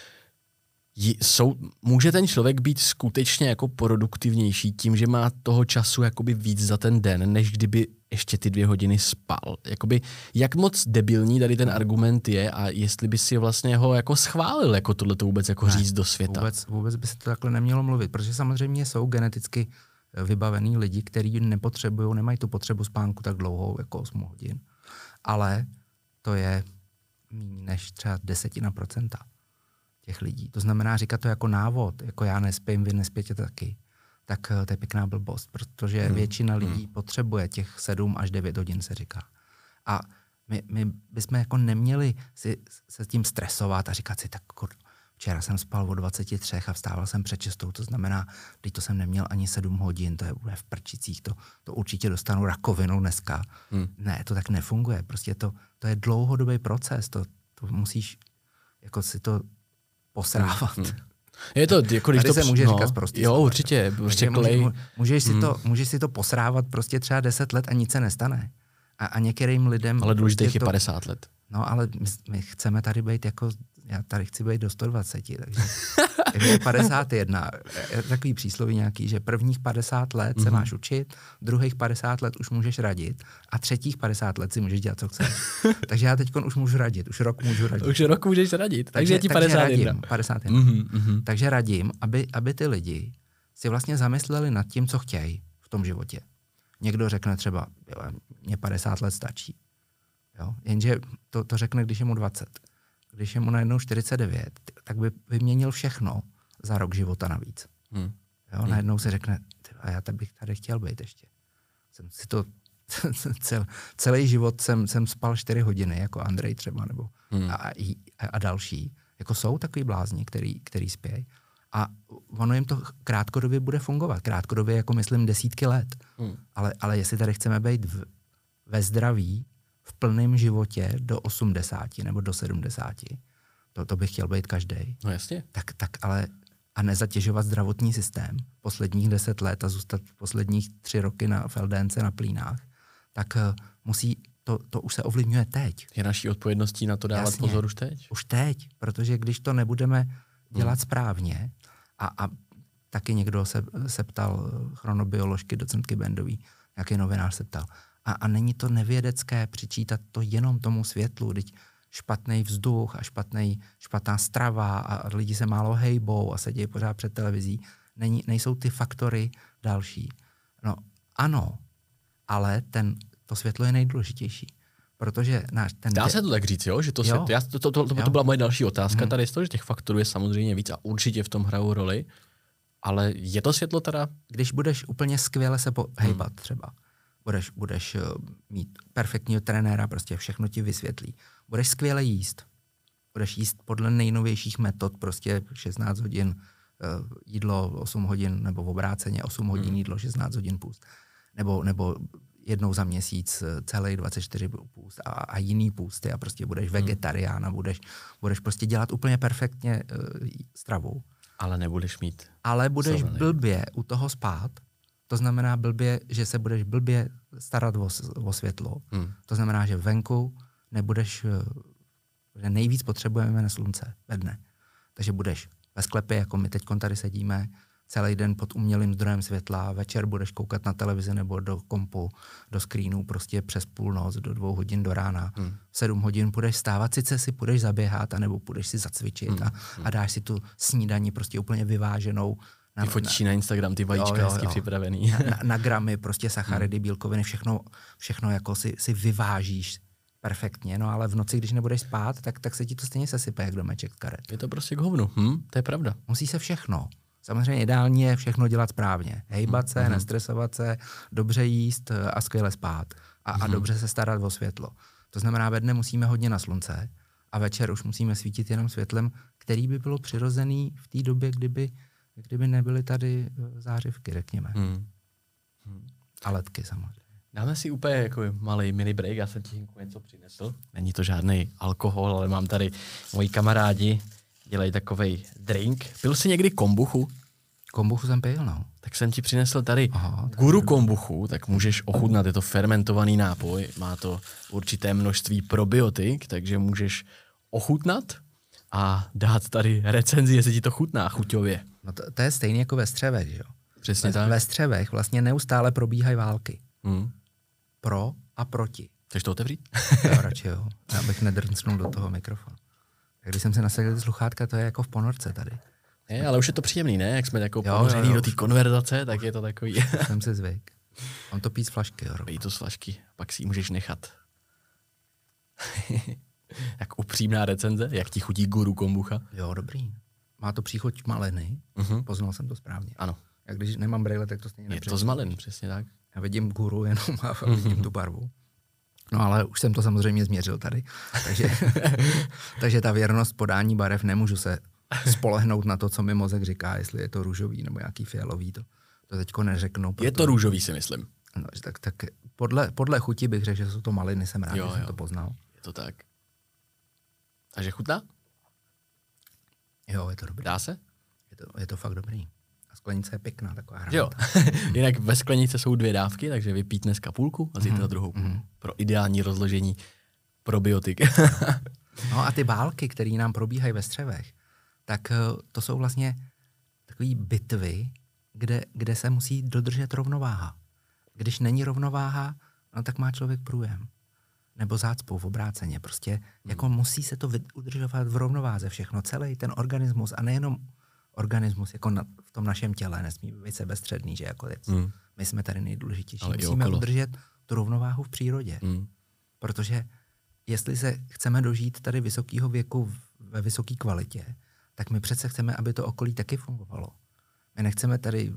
[SPEAKER 1] Může ten člověk být skutečně jako produktivnější tím, že má toho času jakoby víc za ten den, než kdyby ještě ty 2 hodiny spal? Jakoby, jak moc debilní tady ten argument je a jestli by si vlastně ho jako schválil, jako tohleto vůbec jako říct do světa?
[SPEAKER 2] Vůbec by se to takhle nemělo mluvit, protože samozřejmě jsou geneticky vybavený lidi, kteří nemají tu potřebu spánku tak dlouhou jako 8 hodin. Ale to je méně než třeba 10% těch lidí. To znamená říkat to jako návod, jako já nespím, vy nespěte taky, tak to je pěkná blbost, protože většina lidí potřebuje těch 7 až 9 hodin, se říká. A my bychom jako neměli se tím stresovat a říkat si, tak včera jsem spal o 23 a vstával jsem před 6, to znamená, když to jsem neměl ani 7 hodin, to je úplně v prčicích, to určitě dostanu rakovinu dneska. Ne, to tak nefunguje, prostě to je dlouhodobý proces, to musíš jako si to posrávat.
[SPEAKER 1] Je to, jako když
[SPEAKER 2] tady
[SPEAKER 1] to
[SPEAKER 2] se může říkat prostě.
[SPEAKER 1] Jo, určitě. Prostě
[SPEAKER 2] můžeš si to posrávat prostě třeba 10 let a nic se nestane. A některým lidem...
[SPEAKER 1] Ale důležitých je 50 let.
[SPEAKER 2] No, ale my chceme tady být jako... Já tady chci být do 120, takže je 51. Je takový přísloví nějaký, že prvních 50 let se máš učit, druhých 50 let už můžeš radit a třetích 50 let si můžeš dělat, co chceš. Takže já teď už můžu radit, už rok můžu radit.
[SPEAKER 1] Už rok můžeš radit, takže je ti 51.
[SPEAKER 2] 51. Takže radím, aby ty lidi si vlastně zamysleli nad tím, co chtějí v tom životě. Někdo řekne třeba, mně 50 let stačí. Jo? Jenže to řekne, když je mu 20. když je mu najednou 49, tak by vyměnil všechno za rok života navíc. Jo, najednou si řekne, a já bych tady chtěl být ještě. Jsem si to celý život jsem spal 4 hodiny, jako Andrej třeba, nebo a další. Jako jsou takový blázni, který spějí. A ono jim to krátkodobě bude fungovat. Krátkodobě, jako myslím, desítky let. Ale jestli tady chceme být ve zdraví, v plném životě do 80 nebo do 70, to bych chtěl být každý.
[SPEAKER 1] No jasně.
[SPEAKER 2] Tak ale a nezatěžovat zdravotní systém posledních 10 let a zůstat posledních 3 roky na Feldénce na Plínách, tak musí, to už se ovlivňuje teď.
[SPEAKER 1] Je naší odpovědností na to dávat Jasně. pozor už teď?
[SPEAKER 2] Už teď, protože když to nebudeme dělat správně a taky někdo se ptal, chronobioložky, docentky Bendový, nějaký novinář se ptal, a není to nevědecké přičítat to jenom tomu světlu, teď špatný vzduch a špatná strava a lidi se málo hejbou a sedějí pořád před televizí. Nejsou ty faktory další. No ano, ale to světlo je nejdůležitější. Protože
[SPEAKER 1] Dá se to tak říct, jo? Že to byla moje další otázka. Tady je to, že těch faktorů je samozřejmě víc a určitě v tom hrajou roli. Ale je to světlo teda?
[SPEAKER 2] Když budeš úplně skvěle se hejbat třeba, budeš mít perfektního trenéra, prostě všechno ti vysvětlí. Budeš skvěle jíst. Budeš jíst podle nejnovějších metod, prostě 16 hodin jídlo, 8 hodin, nebo v obráceně 8 hodin jídlo, 16 hodin půst. Nebo jednou za měsíc celý 24 půst a jiný půsty a prostě budeš vegetarián a budeš prostě dělat úplně perfektně stravu.
[SPEAKER 1] Ale nebudeš mít.
[SPEAKER 2] Ale budeš blbě u toho spát. To znamená blbě, že se budeš blbě starat o světlo. To znamená, že venku nebudeš, že nejvíc potřebujeme na slunce ve dne. Takže budeš ve sklepě, jako my teď tady sedíme, celý den pod umělým zdrojem světla, večer budeš koukat na televizi nebo do kompu, do screenu prostě přes půlnoc, do 2 hodin do rána. 7 hodin budeš stávat, sice si půjdeš zaběhat, anebo půjdeš si zacvičit a dáš si tu snídani prostě úplně vyváženou.
[SPEAKER 1] Ty fotíš na Instagram, ty vajíčka hezky připravený.
[SPEAKER 2] Na gramy, prostě sacharidy, bílkoviny, všechno jako si vyvážíš perfektně, no ale v noci, když nebudeš spát, tak se ti to stejně sesype, jak domeček z karet.
[SPEAKER 1] Je to prostě k hovnu, to je pravda.
[SPEAKER 2] Musí se všechno. Samozřejmě ideální je všechno dělat správně. Hejbat se, nestresovat se, dobře jíst a skvěle spát. A dobře se starat o světlo. To znamená, ve dne musíme hodně na slunce a večer už musíme svítit jenom světlem, který by bylo přirozený v té době, kdyby nebyly tady zářivky, řekněme. A ledky samozřejmě.
[SPEAKER 1] Dáme si úplně jako malý mini break, já jsem ti něco přinesl. Není to žádný alkohol, ale mám tady moji kamarádi, dělají takovej drink. Pil jsi někdy kombuchu?
[SPEAKER 2] Kombuchu jsem pil, no.
[SPEAKER 1] Tak jsem ti přinesl tady guru kombuchu, tak můžeš ochutnat, je to fermentovaný nápoj, má to určité množství probiotik, takže můžeš ochutnat a dát tady recenzi, jestli ti to chutná chuťově.
[SPEAKER 2] No to je stejně jako ve střevech, jo?
[SPEAKER 1] Přesně tak.
[SPEAKER 2] Ve střevech vlastně neustále probíhají války. Pro a proti.
[SPEAKER 1] Chceš to otevřít?
[SPEAKER 2] Jo, radši jo. Já bych nedrncnul do toho mikrofonu. Tak když jsem si nasadil ty sluchátka, to je jako v ponorce tady.
[SPEAKER 1] Je, ale už je to příjemný, ne? Jak jsme jako ponořený do té konverzace, tak je to takový.
[SPEAKER 2] Jsem si zvyk. On to pít z flašky, jo.
[SPEAKER 1] Pít to z flašky, pak si ji můžeš nechat. Jak upřímná recenze, jak ti chutí guru kombucha?
[SPEAKER 2] Jo, dobrý. Má to příchuť maliny, poznal jsem to správně.
[SPEAKER 1] Ano.
[SPEAKER 2] Jak když nemám brejle, tak to stejně nepřijde.
[SPEAKER 1] Je to z malin, přesně tak.
[SPEAKER 2] Já vidím guru jenom a vidím tu barvu. No ale už jsem to samozřejmě změřil tady. Takže ta věrnost podání barev, nemůžu se spolehnout na to, co mi mozek říká, jestli je to růžový nebo nějaký fialový. To teďko neřeknu.
[SPEAKER 1] Je to růžový, si myslím.
[SPEAKER 2] No, tak podle chuti bych řekl, že jsou to maliny, jsem rád, že jsem to poznal.
[SPEAKER 1] Je to tak. Takže chutná?
[SPEAKER 2] Jo, je to dobrý.
[SPEAKER 1] Dá se?
[SPEAKER 2] Je to fakt dobrý. A sklenice je pěkná, taková hranata.
[SPEAKER 1] Jo. Jinak ve sklenice jsou 2 dávky, takže vypít dneska půlku a zítra druhou půlku. Pro ideální rozložení probiotik.
[SPEAKER 2] No a ty války, které nám probíhají ve střevech, tak to jsou vlastně takové bitvy, kde se musí dodržet rovnováha. Když není rovnováha, no tak má člověk průjem. Nebo zácpou v obráceně. Prostě jako musí se to udržovat v rovnováze všechno. Celý ten organismus a nejenom organismus jako v tom našem těle nesmí být sebestředný, že jako my jsme tady nejdůležitější. Ale musíme udržet tu rovnováhu v přírodě. Protože jestli se chceme dožít tady vysokého věku ve vysoké kvalitě, tak my přece chceme, aby to okolí taky fungovalo. My nechceme tady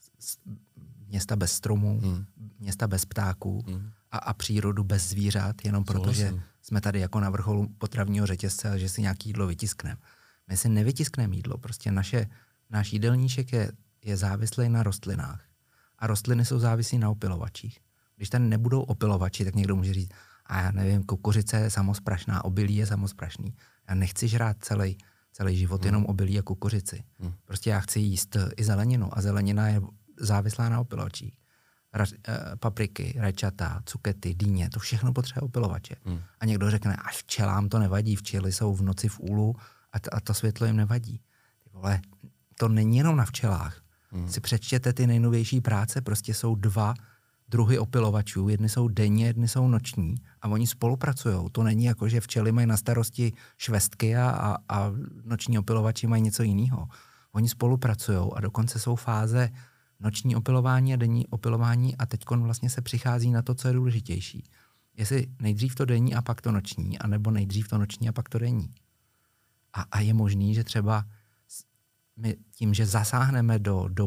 [SPEAKER 2] města bez stromů, města bez ptáků a přírodu bez zvířat, jenom protože jsme tady jako na vrcholu potravního řetězce a že si nějaký jídlo vytiskneme. My si nevytiskneme jídlo, prostě náš jídelníček je závislý na rostlinách. A rostliny jsou závislí na opilovačích. Když tady nebudou opilovači, tak někdo může říct, a já nevím, kukuřice je samosprašná, obilí je samosprašný. Já nechci žrát celý život jenom obilí a kukuřici. Prostě já chci jíst i zeleninu a zelenina je závislá na opilovačích. Papriky, rajčata, cukety, dýně, to všechno potřebuje opilovače. A někdo řekne, až včelám to nevadí, včely jsou v noci v úlu a to světlo jim nevadí. Ty vole, to není jenom na včelách. Si přečtěte ty nejnovější práce, prostě jsou 2 druhy opilovačů, jedny jsou denní, jedny jsou noční a oni spolupracují. To není jako, že včely mají na starosti švestky a noční opilovači mají něco jiného. Oni spolupracují a dokonce jsou fáze noční opilování a denní opilování a teď vlastně se přichází na to, co je důležitější. Jestli nejdřív to denní a pak to noční, anebo nejdřív to noční a pak to denní. A je možný, že třeba my tím, že zasáhneme do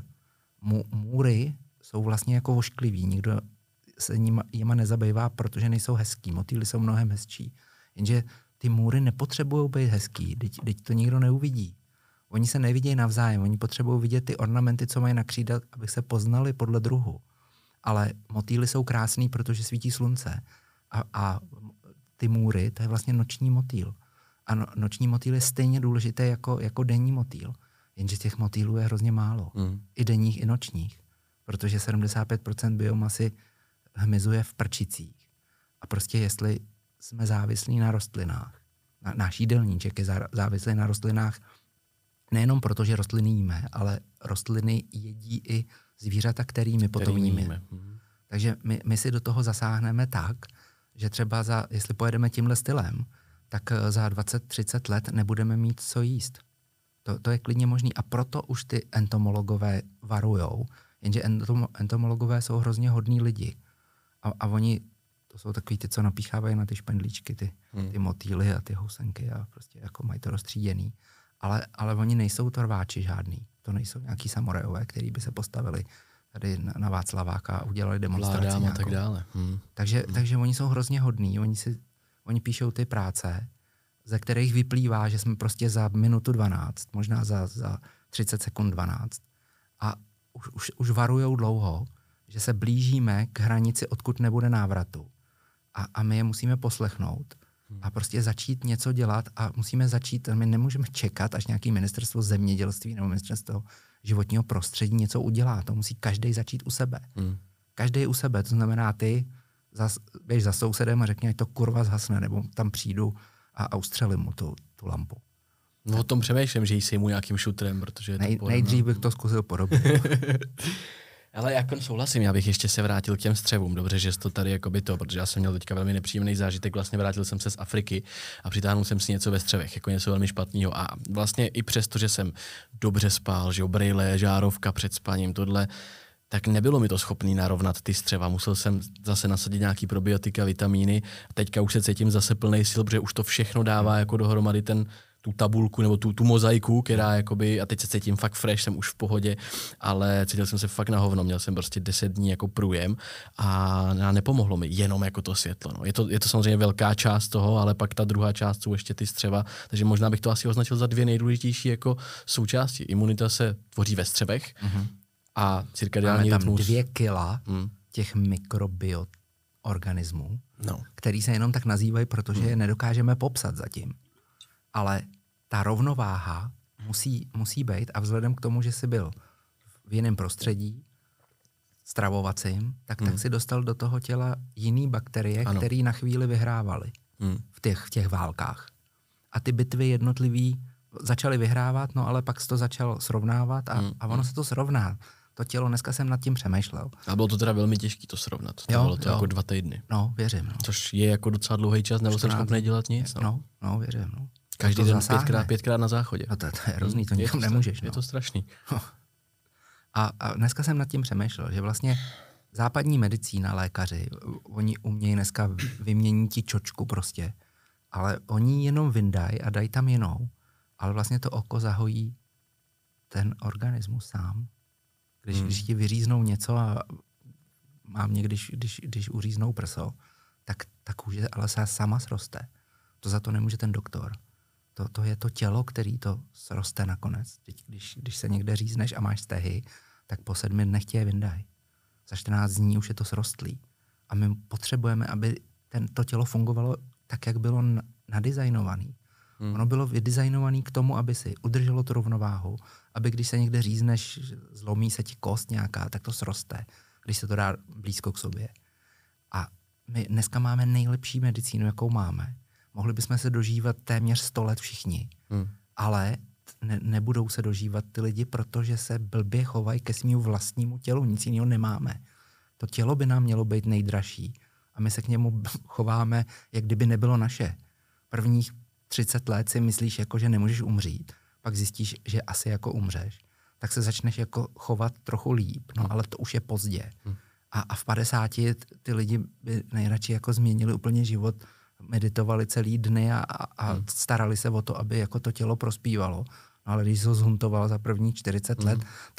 [SPEAKER 2] můry jsou vlastně jako oškliví. Nikdo se jima nezabývá, protože nejsou hezký. Motýly jsou mnohem hezčí. Jenže ty můry nepotřebují být hezký, teď to nikdo neuvidí. Oni se nevidějí navzájem, oni potřebují vidět ty ornamenty, co mají na křídlech, aby se poznali podle druhu. Ale motýly jsou krásný, protože svítí slunce. A ty můry, to je vlastně noční motýl. A noční motýl je stejně důležitý jako denní motýl. Jenže těch motýlů je hrozně málo. I denních, i nočních. Protože 75% biomasy hmyzuje v prčicích. A prostě jestli jsme závislí na rostlinách, náš jídelníček je závislý na rostlinách nejenom proto, že rostliny jíme, ale rostliny jedí i zvířata, kterými potom jíme. Takže my si do toho zasáhneme tak, že třeba jestli pojedeme tímhle stylem, tak za 20-30 let nebudeme mít co jíst. To je klidně možný. A proto už ty entomologové varujou, jenže entomologové jsou hrozně hodní lidi. A oni, to jsou takový ty, co napíchávají na ty špendlíčky, ty motýly a ty housenky a prostě jako mají to roztříděný. Ale oni nejsou to rváči žádný. To nejsou nějaký samurajové, který by se postavili tady na Václaváka a udělali demonstraci nějakou.
[SPEAKER 1] A tak dále.
[SPEAKER 2] Takže oni jsou hrozně hodní. Oni píšou ty práce, ze kterých vyplývá, že jsme prostě za minutu 12, možná za 30 sekund 12. A už varujou dlouho, že se blížíme k hranici, odkud nebude návratu. A my je musíme poslechnout a prostě začít něco dělat a musíme začít, my nemůžeme čekat, až nějaký ministerstvo zemědělství nebo ministerstvo životního prostředí něco udělá. To musí každý začít u sebe. Každý u sebe, to znamená ty běž za sousedem a řekni, ať to kurva zhasne, nebo tam přijdu a ustřelím mu tu lampu.
[SPEAKER 1] No o tom přemýšlím, že jsi mu nějakým šutrem, protože je to
[SPEAKER 2] nejdřív bych to zkusil podobně.
[SPEAKER 1] Ale jako souhlasím, já bych ještě se vrátil k těm střevům. Dobře, že jsi to tady jakoby to, protože já jsem měl teďka velmi nepříjemný zážitek, vlastně vrátil jsem se z Afriky a přitáhnul jsem si něco ve střevech, jako něco velmi špatného. A vlastně i přesto, že jsem dobře spal, že brejle, žárovka před spaním, tohle, tak nebylo mi to schopný narovnat ty střeva. Musel jsem zase nasadit nějaký probiotika, vitamíny. Teďka už se cítím zase plnej sil, protože už to všechno dává jako dohromady tu tabulku nebo tu mozaiku, která jakoby, a teď se cítím fakt fresh, jsem už v pohodě, ale cítil jsem se fakt na hovno, měl jsem prostě 10 dní jako průjem a nepomohlo mi jenom jako to světlo. No. Je to samozřejmě velká část toho, ale pak ta druhá část jsou ještě ty střeva, takže možná bych to asi označil za 2 nejdůležitější jako součásti. Imunita se tvoří ve střevech a cirkadiální rytmus.
[SPEAKER 2] Máme tam 2 kila těch mikrobiotorganismů, který se jenom tak nazývají, protože je nedokážeme popsat zatím. Ale ta rovnováha musí být a vzhledem k tomu, že jsi byl v jiném prostředí, stravovacím, tak si dostal do toho těla jiný bakterie, které na chvíli vyhrávaly v těch válkách. A ty bitvy jednotlivý začaly vyhrávat, no ale pak se to začal srovnávat a ono se to srovná. To tělo, dneska jsem nad tím přemýšlel.
[SPEAKER 1] A bylo to teda velmi těžké to srovnat. Bylo to jako 2 týdny.
[SPEAKER 2] No, věřím. No.
[SPEAKER 1] Což je jako docela dlouhý čas, nebo jsem schopný dělat nic.
[SPEAKER 2] No, věřím. No.
[SPEAKER 1] Každý den 5krát na záchodě.
[SPEAKER 2] No to je hrozný, to nikam nemůžeš.
[SPEAKER 1] Je to strašný.
[SPEAKER 2] A dneska jsem nad tím přemýšlel, že vlastně západní medicína, lékaři, oni umějí dneska vyměnit ti čočku prostě, ale oni jenom vyndají a dají tam jinou, ale vlastně to oko zahojí ten organismus sám. Když ti vyříznou něco a mám někdy, když uříznou prso, tak kůže ale se sama sroste. To za to nemůže ten doktor. To je to tělo, který to sroste nakonec. Když se někde řízneš a máš stehy, tak po 7 dnech tě je vyndají. Za 14 dní už je to srostlý. A my potřebujeme, aby to tělo fungovalo tak, jak bylo nadizajnované. Ono bylo vydizajnované k tomu, aby si udrželo tu rovnováhu, aby když se někde řízneš, zlomí se ti kost nějaká, tak to sroste, když se to dá blízko k sobě. A my dneska máme nejlepší medicínu, jakou máme. Mohli bychom se dožívat téměř 100 let všichni, ale nebudou se dožívat ty lidi, protože se blbě chovají ke svému vlastnímu tělu, nic jiného nemáme. To tělo by nám mělo být nejdražší a my se k němu chováme, jak kdyby nebylo naše. Prvních 30 let si myslíš, jako, že nemůžeš umřít, pak zjistíš, že asi jako umřeš, tak se začneš jako chovat trochu líp, no ale to už je pozdě. A v 50 ty lidi by nejradši jako změnili úplně život, meditovali celý dny a starali se o to, aby jako to tělo prospívalo. No ale když jsi ho zhuntoval za první 40 let,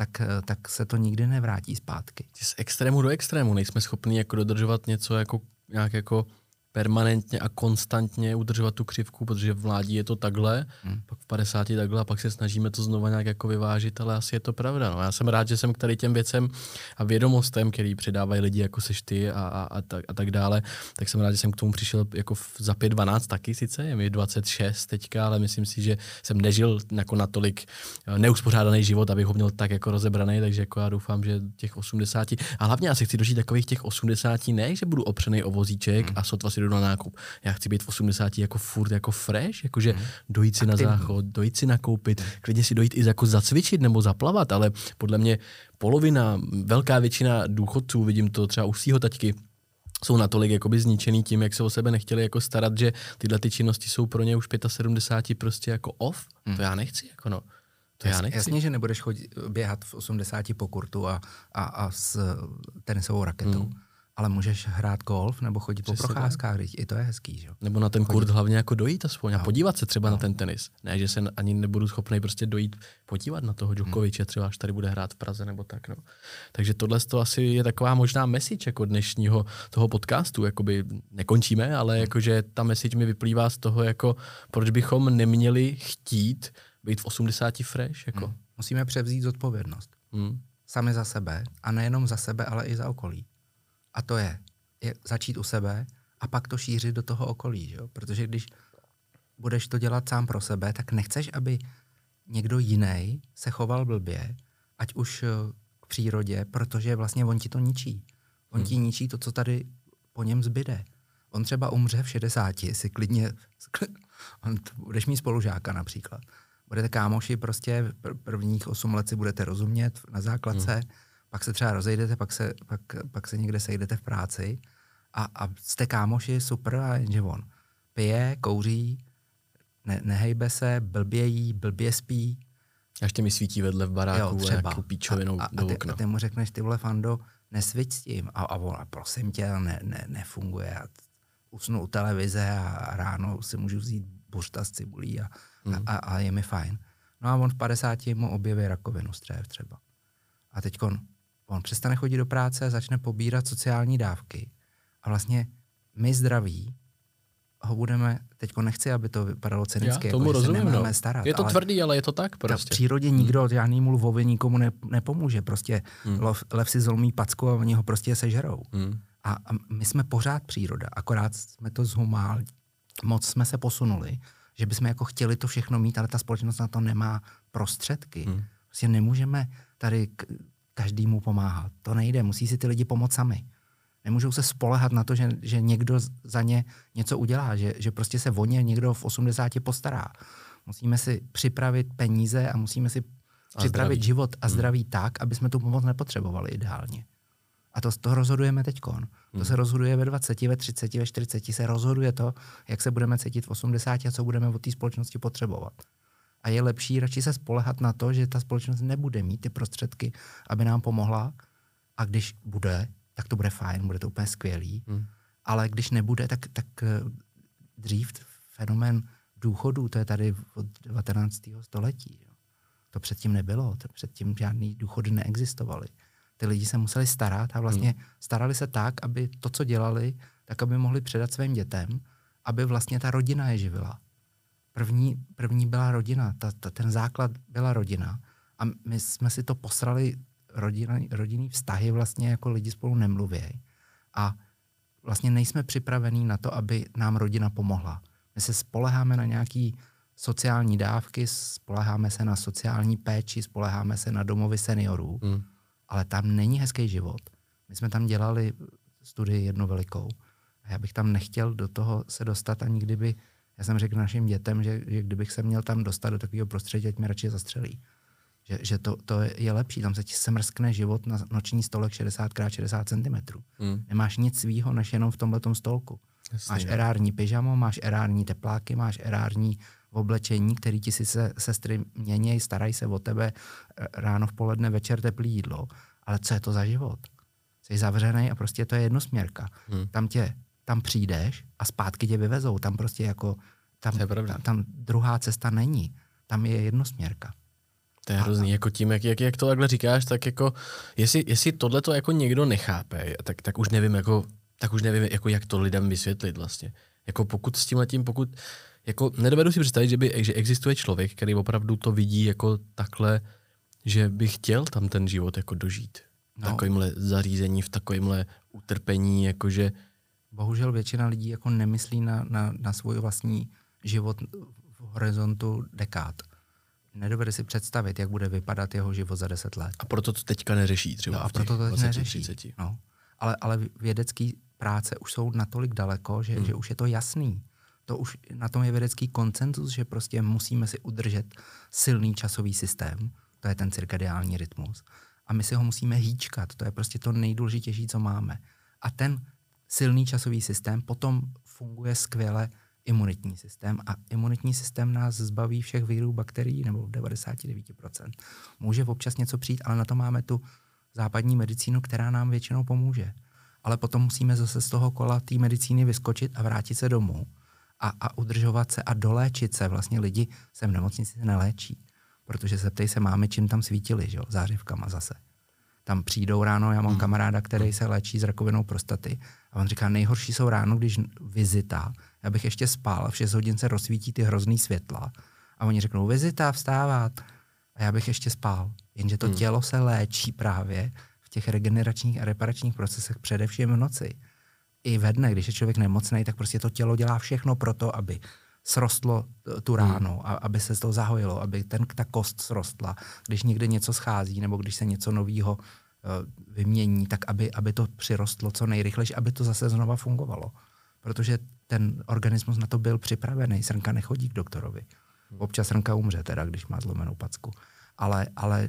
[SPEAKER 2] tak se to nikdy nevrátí zpátky.
[SPEAKER 1] Z extrému do extrému nejsme schopni jako dodržovat něco jako nějak jako permanentně a konstantně udržovat tu křivku, protože v mládí je to takhle, pak v 50 takhle a pak se snažíme to znova nějak jako vyvážit, ale asi je to pravda. No. Já jsem rád, že jsem k tady těm věcem a vědomostem, který předávají lidi jako seš ty a tak dále, tak jsem rád, že jsem k tomu přišel jako za 5-12 taky sice, je mi 26 teďka, ale myslím si, že jsem nežil jako natolik neuspořádaný život, abych ho měl tak jako rozebraný, takže jako já doufám, že těch 80, a hlavně já se chci dožít takových těch 80, ne, že budu opřený o vozíček a sotva si na nákup. Já chci být v 80 jako furt jako fresh, jakože dojít si na záchod, dojít si nakoupit, klidně si dojít i jako zacvičit nebo zaplavat, ale podle mě polovina, velká většina důchodců, vidím to třeba u svýho taťky, jsou natolik jakoby zničený tím, jak se o sebe nechtěli jako starat, že tyhle ty činnosti jsou pro ně už 75 prostě jako off. To já nechci, jako no. To já nechci.
[SPEAKER 2] Jasně, že nebudeš běhat v 80 po kurtu a s tenisovou raketou. Ale můžeš hrát golf nebo chodit po procházkách, i to je hezký, že?
[SPEAKER 1] Nebo na ten kurt hlavně jako dojít aspoň a podívat se třeba na ten tenis. Ne, že se ani nebudu schopný prostě dojít podívat na toho Djokoviče, třeba až tady bude hrát v Praze nebo tak, no. Takže tohle to asi je taková možná message jako dnešního toho podcastu, jakoby nekončíme, ale jakože ta message mi vyplývá z toho, jako proč bychom neměli chtít být v 80 fresh, jako.
[SPEAKER 2] Musíme převzít zodpovědnost. Sami za sebe a nejenom za sebe, ale i za okolí. A to je začít u sebe a pak to šířit do toho okolí. Že? Protože když budeš to dělat sám pro sebe, tak nechceš, aby někdo jiný se choval blbě, ať už k přírodě, protože vlastně on ti to ničí. On ti ničí to, co tady po něm zbyde. On třeba umře v 60, si klidně, budeš mít spolužáka například. Budete kámoši prostě, prvních 8 let si budete rozumět na základce, pak se třeba rozejdete, pak se někde sejdete v práci a jste kámoši, super, a jenže on pije, kouří, nehejbe se, blbě jí, blbě spí.
[SPEAKER 1] A ještě mi svítí vedle v baráku a nějakou píčovinou do okna.
[SPEAKER 2] A ty mu řekneš, ty vole Fando, nesviť s tím. A on, prosím tě, nefunguje. A usnu u televize a ráno si můžu vzít buřta s cibulí a je mi fajn. No a on v 50 mu objeví rakovinu střev třeba. A teďkon on přestane chodit do práce, začne pobírat sociální dávky. A vlastně my zdraví ho budeme, teďko nechci, aby to vypadalo cynicky,
[SPEAKER 1] jako že se
[SPEAKER 2] nemáme starat.
[SPEAKER 1] Je to tvrdý, ale je to tak prostě.
[SPEAKER 2] V přírodě nikdo, žádnýmu lvovi nikomu nepomůže. Prostě lev si zlomí packu a oni ho prostě sežerou. A my jsme pořád příroda, akorát jsme to zhumál, moc jsme se posunuli, že bychom jako chtěli to všechno mít, ale ta společnost na to nemá prostředky. Prostě nemůžeme tady každému pomáhat. To nejde, musí si ty lidi pomoct sami. Nemůžou se spolehat na to, že někdo za ně něco udělá, že prostě se o ně někdo v 80 postará. Musíme si připravit peníze a musíme si připravit život a zdraví tak, aby jsme tu pomoc nepotřebovali ideálně. A to rozhodujeme teďkon. To se rozhoduje ve 20, ve 30, ve 40, se rozhoduje to, jak se budeme cítit v 80 a co budeme od té společnosti potřebovat. A je lepší radši se spolehat na to, že ta společnost nebude mít ty prostředky, aby nám pomohla. A když bude, tak to bude fajn, bude to úplně skvělý. Ale když nebude, tak dřív fenomén důchodů, to je tady od 19. století. Jo. To předtím nebylo, předtím žádný důchody neexistovaly. Ty lidi se museli starat a vlastně starali se tak, aby to, co dělali, tak aby mohli předat svým dětem, aby vlastně ta rodina je živila. První byla rodina, ten základ byla rodina. A my jsme si to posrali rodinný vztahy vlastně jako lidi spolu nemluvějí. A vlastně nejsme připravení na to, aby nám rodina pomohla. My se spoléháme na nějaký sociální dávky, spoléháme se na sociální péči, spoléháme se na domovy seniorů, ale tam není hezký život. My jsme tam dělali studii jednu velikou a já bych tam nechtěl do toho se dostat ani kdyby, já jsem řekl našim dětem, že kdybych se měl tam dostat do takového prostředí, ať mě radši zastřelí. Že to je lepší, tam se ti semrskne život na noční stolek 60x60 cm. Nemáš nic svýho, než jenom v tomhletom stolku. Jasně, máš erární pyžamo, máš erární tepláky, máš erární oblečení, který ti si sestry měněj, starají se o tebe ráno, v poledne, večer teplý jídlo. Ale co je to za život? Jsi zavřený a prostě to je jednosměrka. Tam přijdeš a zpátky tě vyvezou. Tam prostě jako, tam druhá cesta není. Tam je jednosměrka.
[SPEAKER 1] To je hrozný, jako tím, jak to takhle říkáš, tak jako, jestli tohle to jako někdo nechápe, tak už nevím, jak to lidem vysvětlit vlastně. Jako pokud s tímhletím, jako nedovedu si představit, že existuje člověk, který opravdu to vidí jako takhle, že by chtěl tam ten život jako dožít. V takovémhle zařízení, v takovémhle utrpení, jakože...
[SPEAKER 2] Bohužel většina lidí jako nemyslí na svůj vlastní život v horizontu dekád. Nedovede si představit, jak bude vypadat jeho život za 10 let.
[SPEAKER 1] A proto to teďka neřeší třeba
[SPEAKER 2] a proto to teď neřeší. No. Ale vědecké práce už jsou natolik daleko, že už je to jasný. To už na tom je vědecký konsenzus, že prostě musíme si udržet silný časový systém, to je ten cirkadiální rytmus, a my si ho musíme hýčkat, to je prostě to nejdůležitější, co máme. A ten silný časový systém potom funguje skvěle imunitní systém a imunitní systém nás zbaví všech virů, bakterií, nebo 99%. Může občas něco přijít, ale na to máme tu západní medicínu, která nám většinou pomůže. Ale potom musíme zase z toho kola té medicíny vyskočit a vrátit se domů a udržovat se a doléčit se. Vlastně lidi se v nemocnici neléčí, protože se ptej se mámy, čím tam svítili, že jo? Zářivkama zase. Tam přijdou ráno, já mám kamaráda, který se léčí s rakovinou prostaty a on říká, nejhorší jsou ráno, když vizita, já bych ještě spal, v 6 hodin se rozsvítí ty hrozný světla a oni řeknou, vizita, vstávat a já bych ještě spal. Jenže to tělo se léčí právě v těch regeneračních a reparačních procesech především v noci. I ve dne, když je člověk nemocný, tak prostě to tělo dělá všechno pro to, aby srostlo tu ránu, a aby se to zahojilo, aby ta kost srostla. Když někde něco schází, nebo když se něco nového vymění, tak aby to přirostlo co nejrychleji, aby to zase znova fungovalo. Protože ten organismus na to byl připravený. Srnka nechodí k doktorovi. Občas srnka umře teda, když má zlomenou packu. Ale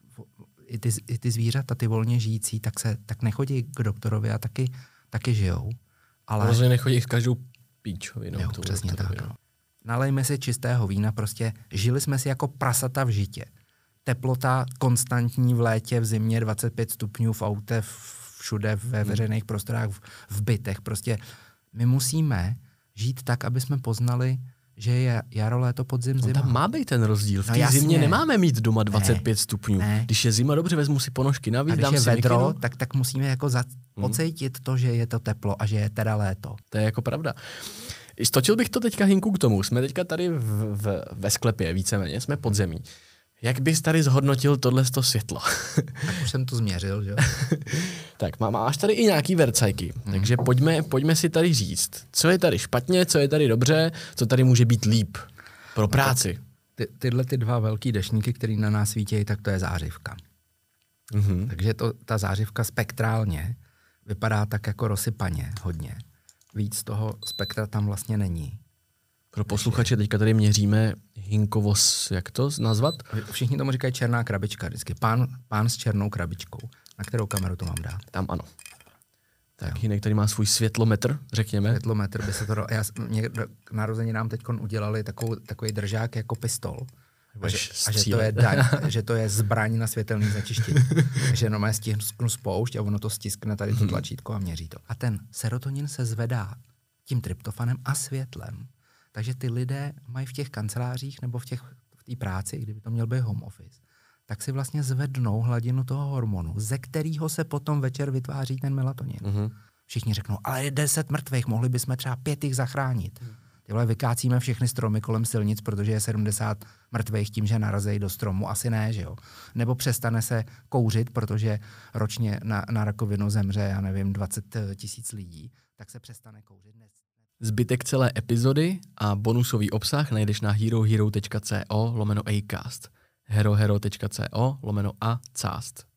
[SPEAKER 2] i ty zvířata, ty volně žijící, tak nechodí k doktorovi a taky žijou. Ale
[SPEAKER 1] rozhodně nechodí s každou píčovinou.
[SPEAKER 2] Jo, přesně tak. Nalejme si čistého vína, prostě žili jsme si jako prasata v žitě. Teplota konstantní v létě, v zimě 25 stupňů v autě, všude ve veřejných prostorách, v bytech. Prostě my musíme žít tak, aby jsme poznali, že je jaro, léto, podzim, zima.
[SPEAKER 1] Tam má být ten rozdíl. V té zimě nemáme mít doma 25 stupňů. Ne. Když je zima, dobře, vezmu si ponožky navíc, dám si mikinu. A když je vedro,
[SPEAKER 2] tak musíme jako pocítit to, že je to teplo a že je teda léto.
[SPEAKER 1] To je jako pravda. Stočil bych to teďka hinku k tomu. Jsme teďka tady ve sklepě, víceméně, jsme pod zemí. Jak bys tady zhodnotil tohleto světlo?
[SPEAKER 2] Tak už jsem to změřil, že?
[SPEAKER 1] Tak máš tady i nějaký vercajky, takže pojďme si tady říct, co je tady špatně, co je tady dobře, co tady může být líp pro práci.
[SPEAKER 2] Tyhle ty dva velký deštníky, které na nás svítí, tak to je zářivka. Takže ta zářivka spektrálně vypadá tak jako rozsypaně hodně. Víc toho spektra tam vlastně není.
[SPEAKER 1] Pro posluchače teďka tady měříme hinkovos, jak to nazvat?
[SPEAKER 2] Všichni tomu říkají černá krabička vždycky. Pán s černou krabičkou. Na kterou kameru to mám dát?
[SPEAKER 1] Tam ano. Tak Hinek tady má svůj světlometr, řekněme.
[SPEAKER 2] Světlometr by se to... K narozeninám teď udělali takový držák jako pistol. A že to je že to je zbraň na světelný znečištění. Že jenom stisknu spoušť a ono to stiskne tady to tlačítko a měří to. A ten serotonin se zvedá tím tryptofanem a světlem. Takže ty lidé mají v těch kancelářích nebo v té práci, kdyby to měl být home office, tak si vlastně zvednou hladinu toho hormonu, ze kterého se potom večer vytváří ten melatonin. Všichni řeknou, ale je 10 mrtvých, mohli bychom třeba 5 jich zachránit. Tyhle vykácíme všechny stromy kolem silnic, protože je 70 mrtvých tím, že narazejí do stromu. Asi ne, že jo? Nebo přestane se kouřit, protože ročně na rakovinu zemře, já nevím, 20 000 lidí, tak se přestane kouřit.
[SPEAKER 1] Zbytek celé epizody a bonusový obsah najdeš na herohero.co/acast. herohero.co/acast.